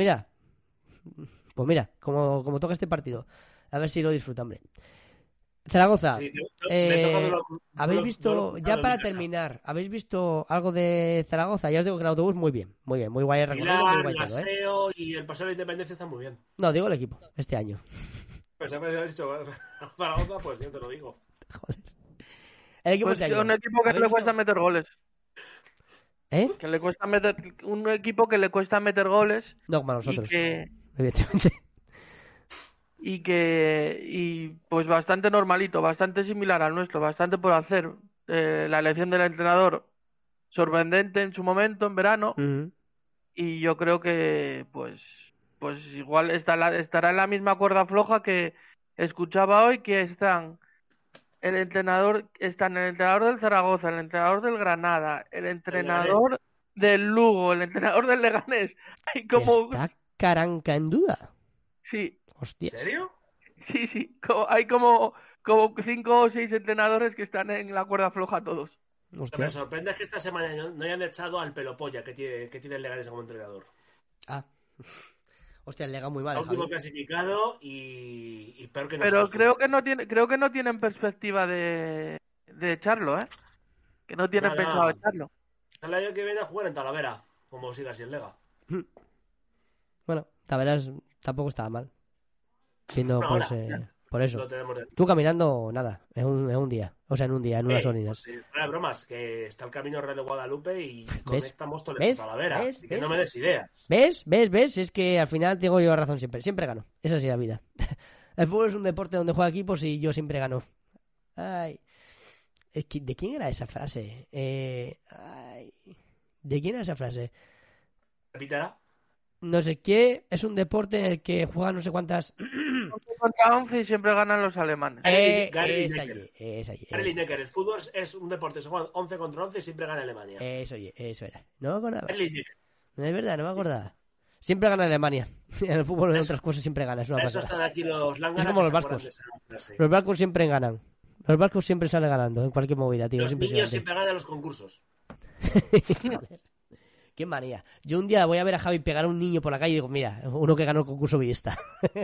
Speaker 1: pues mira, como toca este partido, a ver si lo disfruta, hombre. Zaragoza,
Speaker 3: Sí, me toca
Speaker 1: ¿habéis visto, ya para
Speaker 3: en casa.
Speaker 1: terminar, ¿habéis visto algo de Zaragoza? Ya os digo que el autobús muy bien, muy guay el recorrido, muy
Speaker 3: Pilar,
Speaker 1: guay todo, ¿eh?
Speaker 3: Laseo y el Paseo de la Independencia están muy bien.
Speaker 1: No, digo el equipo, este año.
Speaker 3: Pues ya me habías dicho Zaragoza, pues yo te lo digo.
Speaker 1: Joder. El equipo
Speaker 2: Pues
Speaker 1: este año.
Speaker 2: un equipo que
Speaker 1: ¿Habéis
Speaker 2: le
Speaker 1: visto?
Speaker 2: cuesta meter goles.
Speaker 1: ¿Eh?
Speaker 2: Que le cuesta meter, un equipo que le cuesta meter goles
Speaker 1: No, como a
Speaker 2: y
Speaker 1: nosotros,
Speaker 2: que
Speaker 1: evidentemente.
Speaker 2: y pues bastante normalito, bastante similar al nuestro, bastante por hacer. La elección del entrenador sorprendente en su momento, en verano,
Speaker 1: Ujú.
Speaker 2: y yo creo que pues igual estará en la misma cuerda floja que escuchaba hoy, que están el entrenador del Zaragoza, el entrenador del Granada, el entrenador del Lugo, el entrenador del Leganés. Hay como
Speaker 1: Está Caranca en duda.
Speaker 2: sí,
Speaker 3: ¿En
Speaker 1: Hostias.
Speaker 3: serio?
Speaker 2: sí, hay como 5 o 6 entrenadores que están en la cuerda floja todos.
Speaker 3: Lo que me
Speaker 1: Hostias.
Speaker 3: sorprende es que esta semana no hayan echado al Pelopolla que tiene el Leganés como entrenador.
Speaker 1: Ah. Hostia, el Lega muy mal,
Speaker 3: El último
Speaker 1: Javi.
Speaker 3: clasificado y peor que
Speaker 2: Pero
Speaker 3: nosotros.
Speaker 2: creo que no tienen perspectiva de echarlo, ¿eh? Que no tienen pensado
Speaker 3: Nada.
Speaker 2: echarlo.
Speaker 3: El año que viene a jugar en Talavera, como siga así el Lega.
Speaker 1: Bueno, Taveras tampoco estaba mal. Viendo
Speaker 3: Una
Speaker 1: pues,
Speaker 3: hora.
Speaker 1: por eso.
Speaker 3: Lo tenemos de...
Speaker 1: Tú caminando, nada, en un día. O sea, en un día, en unas horitas.
Speaker 3: Pues, fuera de bromas, que está el camino real de Guadalupe y
Speaker 1: ¿Ves?
Speaker 3: conecta Móstoles
Speaker 1: ¿Ves?
Speaker 3: con Talavera.
Speaker 1: ¿Ves?
Speaker 3: Así que
Speaker 1: ¿Ves?
Speaker 3: no me des ideas.
Speaker 1: ¿Ves? Es que al final tengo yo razón siempre. Siempre gano. Esa sí es la vida. El fútbol es un deporte donde juega equipos y yo siempre gano. Ay. ¿De quién era esa frase? Ay. ¿De quién era esa frase?
Speaker 3: Repítela.
Speaker 1: No sé qué, es un deporte en el que juegan no sé cuántas...
Speaker 2: 11 contra 11 y siempre ganan los alemanes.
Speaker 3: Gary
Speaker 1: es
Speaker 3: Lineker.
Speaker 1: allí, es allí.
Speaker 3: Gary Lineker, el fútbol es un deporte, se juegan 11 contra 11 y siempre gana Alemania.
Speaker 1: Eso era. No me acordaba.
Speaker 3: Gary Lineker.
Speaker 1: No es verdad, no me acordaba. Siempre gana Alemania. En el fútbol, en
Speaker 3: Eso.
Speaker 1: otras cosas, siempre gana. Es una
Speaker 3: Para eso
Speaker 1: pasada.
Speaker 3: están aquí los lángaras.
Speaker 1: Es como
Speaker 3: que
Speaker 1: los
Speaker 3: se acuerdan
Speaker 1: vascos.
Speaker 3: de esa frase.
Speaker 1: Los barcos siempre ganan. Los barcos siempre salen ganando en cualquier movida, tío.
Speaker 3: Los
Speaker 1: Es
Speaker 3: niños
Speaker 1: impresionante.
Speaker 3: siempre ganan los concursos.
Speaker 1: Joder. Qué manía. Yo un día voy a ver a Javi pegar a un niño por la calle y digo, mira, uno que ganó el concurso Villesta.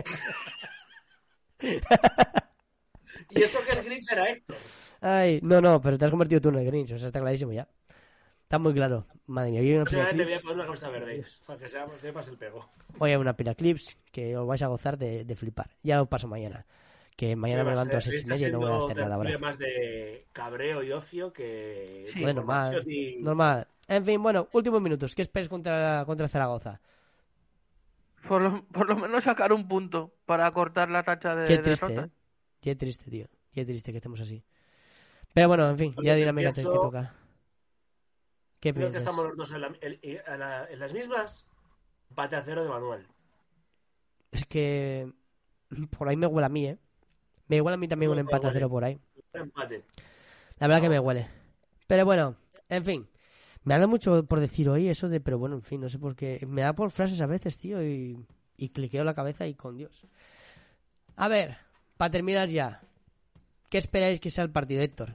Speaker 3: Y eso que el gris era Héctor.
Speaker 1: Ay, no, pero te has convertido tú en el Grinch, o sea, está clarísimo ya. Está muy claro. Madre mía, hoy hay una pila de
Speaker 3: Posiblemente voy a
Speaker 1: clips.
Speaker 3: poner una camiseta verde. Para que sepas el pego.
Speaker 1: Hoy hay una pila de clips que os vais a gozar de flipar. Ya lo paso mañana. Que mañana me levanto a las 6:30 y no voy a hacer nada ahora.
Speaker 3: más de cabreo y ocio que...
Speaker 1: Joder, normal.
Speaker 3: información y-
Speaker 1: Normal. En fin, bueno, últimos minutos. ¿Qué esperes contra Zaragoza?
Speaker 2: Por lo menos sacar un punto para cortar la tacha de
Speaker 1: Qué triste,
Speaker 2: derrotas.
Speaker 1: Qué triste, tío. Qué triste que estemos así. Pero bueno, en fin, ya
Speaker 3: Oye,
Speaker 1: dinámica que
Speaker 3: pienso-
Speaker 1: toca. ¿Qué
Speaker 3: Creo que
Speaker 1: piensas?
Speaker 3: estamos los dos en las mismas. Empate a 0 de Manuel.
Speaker 1: Es que por ahí me huele a mí, ¿eh? Me huele a mí también
Speaker 3: No,
Speaker 1: un
Speaker 3: me
Speaker 1: empate a
Speaker 3: huele.
Speaker 1: 0 por ahí.
Speaker 3: Empate.
Speaker 1: La verdad que
Speaker 3: No.
Speaker 1: me huele. Pero bueno, en fin. Me ha dado mucho por decir hoy eso de... Pero bueno, en fin, no sé por qué. Me da por frases a veces, tío, y cliqueo la cabeza y con Dios. A ver, para terminar ya. ¿Qué esperáis que sea el partido, Héctor?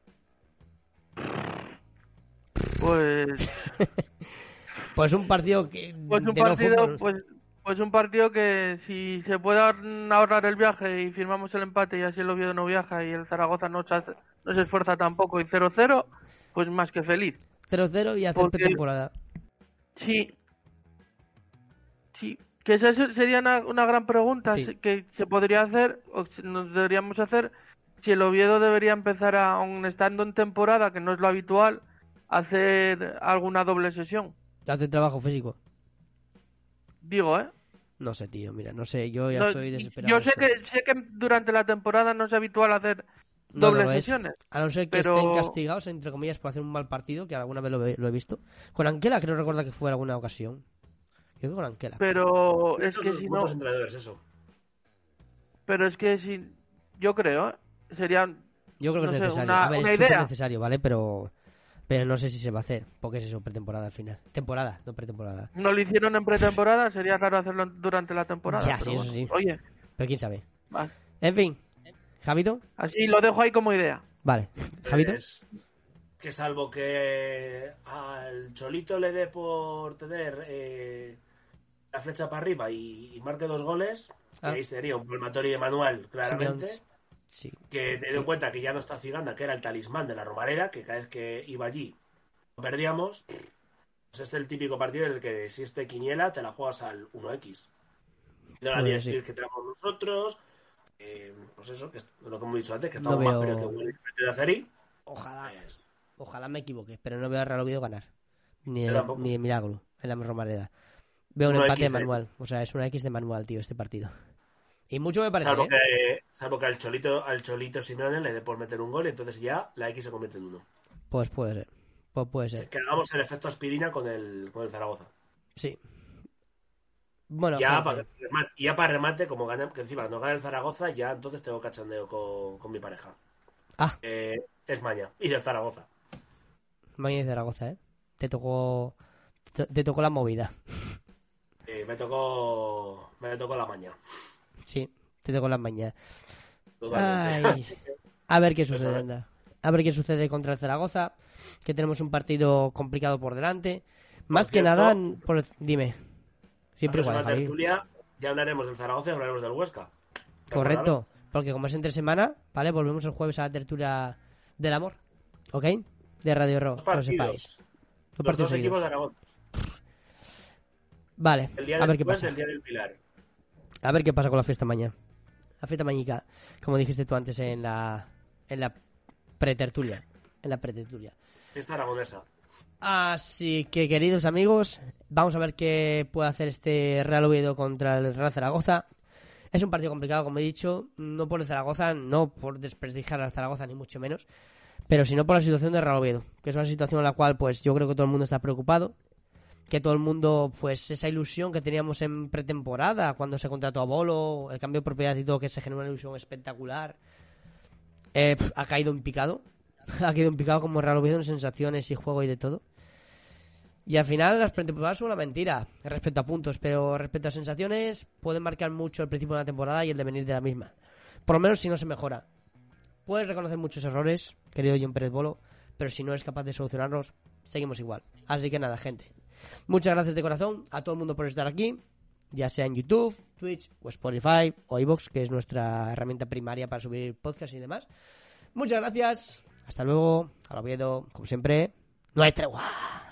Speaker 2: Pues
Speaker 1: Pues un partido que...
Speaker 2: Pues un
Speaker 1: de no
Speaker 2: partido,
Speaker 1: fútbol.
Speaker 2: pues un partido que si se puede ahorrar el viaje y firmamos el empate y así el Oviedo no viaja y el Zaragoza no se esfuerza tampoco y 0-0, pues más que feliz.
Speaker 1: 0-0 y hacer
Speaker 2: Porque-
Speaker 1: pretemporada.
Speaker 2: Sí, que esa sería una gran pregunta
Speaker 1: Sí.
Speaker 2: que se podría hacer, o nos deberíamos hacer, si el Oviedo debería empezar, aun estando en temporada, que no es lo habitual, a hacer alguna doble sesión.
Speaker 1: Hacer trabajo físico.
Speaker 2: Digo, ¿eh?
Speaker 1: No sé, tío, mira, no sé, yo ya
Speaker 2: No,
Speaker 1: estoy desesperado.
Speaker 2: yo
Speaker 1: con esto.
Speaker 2: sé que durante la temporada no es habitual hacer
Speaker 1: No,
Speaker 2: dobles
Speaker 1: no lo es.
Speaker 2: sesiones.
Speaker 1: A no ser que
Speaker 2: pero-
Speaker 1: estén castigados, entre comillas, por hacer un mal partido, que alguna vez lo he visto. Con Anquela creo recordar que fue alguna ocasión. Creo que con Anquela.
Speaker 2: Pero es
Speaker 3: Muchos-
Speaker 2: que si
Speaker 3: muchos
Speaker 2: no...
Speaker 3: entrenadores eso.
Speaker 2: Pero es que si... Yo creo, serían...
Speaker 1: Yo creo que
Speaker 2: no
Speaker 1: es
Speaker 2: sé,
Speaker 1: necesario.
Speaker 2: una-
Speaker 1: A ver,
Speaker 2: una
Speaker 1: es súper
Speaker 2: idea.
Speaker 1: necesario, ¿vale? Pero no sé si se va a hacer. Porque es eso, pretemporada al final. Temporada, no pretemporada.
Speaker 2: No lo hicieron en pretemporada, sería raro hacerlo durante la temporada.
Speaker 1: Ya,
Speaker 2: pero
Speaker 1: sí,
Speaker 2: bueno.
Speaker 1: eso sí.
Speaker 2: Oye,
Speaker 1: Pero quién sabe.
Speaker 2: va.
Speaker 1: En fin. ¿Javito?
Speaker 2: Así lo dejo ahí como idea.
Speaker 1: Vale. ¿Javito?
Speaker 3: Es que salvo que al Cholito le dé por tener la flecha para arriba y marque 2 goles, que ahí sería un palmatorio de manual, claramente.
Speaker 1: Simeone. Sí.
Speaker 3: Que teniendo en cuenta que ya no está Ciganda, que era el talismán de la Romareda, que cada vez que iba allí perdíamos. Pues este es el típico partido en el que si es de quiniela te la juegas al 1x. No la
Speaker 1: Bueno,
Speaker 3: tienes
Speaker 1: sí.
Speaker 3: que tenemos nosotros. Pues eso, que es lo que hemos dicho antes, que
Speaker 1: No
Speaker 3: estamos más
Speaker 1: veo-
Speaker 3: pero que Willy de Aceri.
Speaker 1: Ojalá.
Speaker 3: Pues,
Speaker 1: Ojalá me equivoque, pero no veo a Real Oviedo ganar. Ni
Speaker 3: Yo
Speaker 1: de,
Speaker 3: tampoco.
Speaker 1: ni de milagro en la Romareda. Veo un
Speaker 3: Una
Speaker 1: empate de
Speaker 3: X de-
Speaker 1: manual. O sea, es una X de manual, tío, este partido. Y mucho me parece,
Speaker 3: salvo que al Cholito Simeone le dé por meter un gol y entonces ya la X se convierte en 1.
Speaker 1: Pues puede ser. Pues puede ser.
Speaker 3: Que hagamos el efecto aspirina con el Zaragoza.
Speaker 1: Sí. Bueno,
Speaker 3: Ya
Speaker 1: gente,
Speaker 3: para remate, como gana, que encima no gana el Zaragoza, ya entonces tengo cachondeo con mi pareja.
Speaker 1: Ah.
Speaker 3: Es Maña y del Zaragoza.
Speaker 1: Mañana de Zaragoza, ¿eh? Te tocó la movida.
Speaker 3: Me tocó la Maña.
Speaker 1: Sí, te tocó las mañanas.
Speaker 3: Totalmente.
Speaker 1: Ay, a ver qué
Speaker 3: Eso
Speaker 1: sucede,
Speaker 3: es.
Speaker 1: anda. A ver qué sucede contra el Zaragoza, que tenemos un partido complicado por delante. Más que
Speaker 3: cierto,
Speaker 1: nada, dime. Siempre
Speaker 3: La próxima
Speaker 1: igual, Javi.
Speaker 3: tertulia ya hablaremos del Zaragoza y hablaremos del Huesca.
Speaker 1: Correcto, porque como es entre semana, ¿vale? Volvemos el jueves a la tertulia del amor, ¿ok? De Radio Rock,
Speaker 3: Dos
Speaker 1: que lo
Speaker 3: partidos.
Speaker 1: sepáis. Dos
Speaker 3: Los
Speaker 1: partidos
Speaker 3: dos equipos
Speaker 1: seguidos.
Speaker 3: de Aragón.
Speaker 1: Vale,
Speaker 3: El día
Speaker 1: a ver qué
Speaker 3: después
Speaker 1: pasa.
Speaker 3: del día del Pilar.
Speaker 1: A ver qué pasa con la fiesta mañana. La fiesta mañica, como dijiste tú antes en la pretertulia. En la pretertulia.
Speaker 3: Esta aragonesa.
Speaker 1: Así que, queridos amigos, vamos a ver qué puede hacer este Real Oviedo contra el Real Zaragoza. Es un partido complicado, como he dicho, no por el Zaragoza, no por desprestigiar al Zaragoza, ni mucho menos, pero sino por la situación de Real Oviedo, que es una situación en la cual pues yo creo que todo el mundo está preocupado, que todo el mundo, pues esa ilusión que teníamos en pretemporada, cuando se contrató a Bolo, el cambio de propiedad y todo, que se generó una ilusión espectacular, ha caído en picado. Ha caído en picado como Real Oviedo en sensaciones y juego y de todo. Y al final las pretemporadas son una mentira respecto a puntos, pero respecto a sensaciones pueden marcar mucho el principio de la temporada y el devenir de la misma. Por lo menos si no se mejora. Puedes reconocer muchos errores, querido John Pérez Bolo, pero si no eres capaz de solucionarlos, seguimos igual. Así que nada, gente. Muchas gracias de corazón a todo el mundo por estar aquí, ya sea en YouTube, Twitch o Spotify o iVoox, que es nuestra herramienta primaria para subir podcasts y demás. Muchas gracias. Hasta luego. Al Oviedo, como siempre, no hay tregua.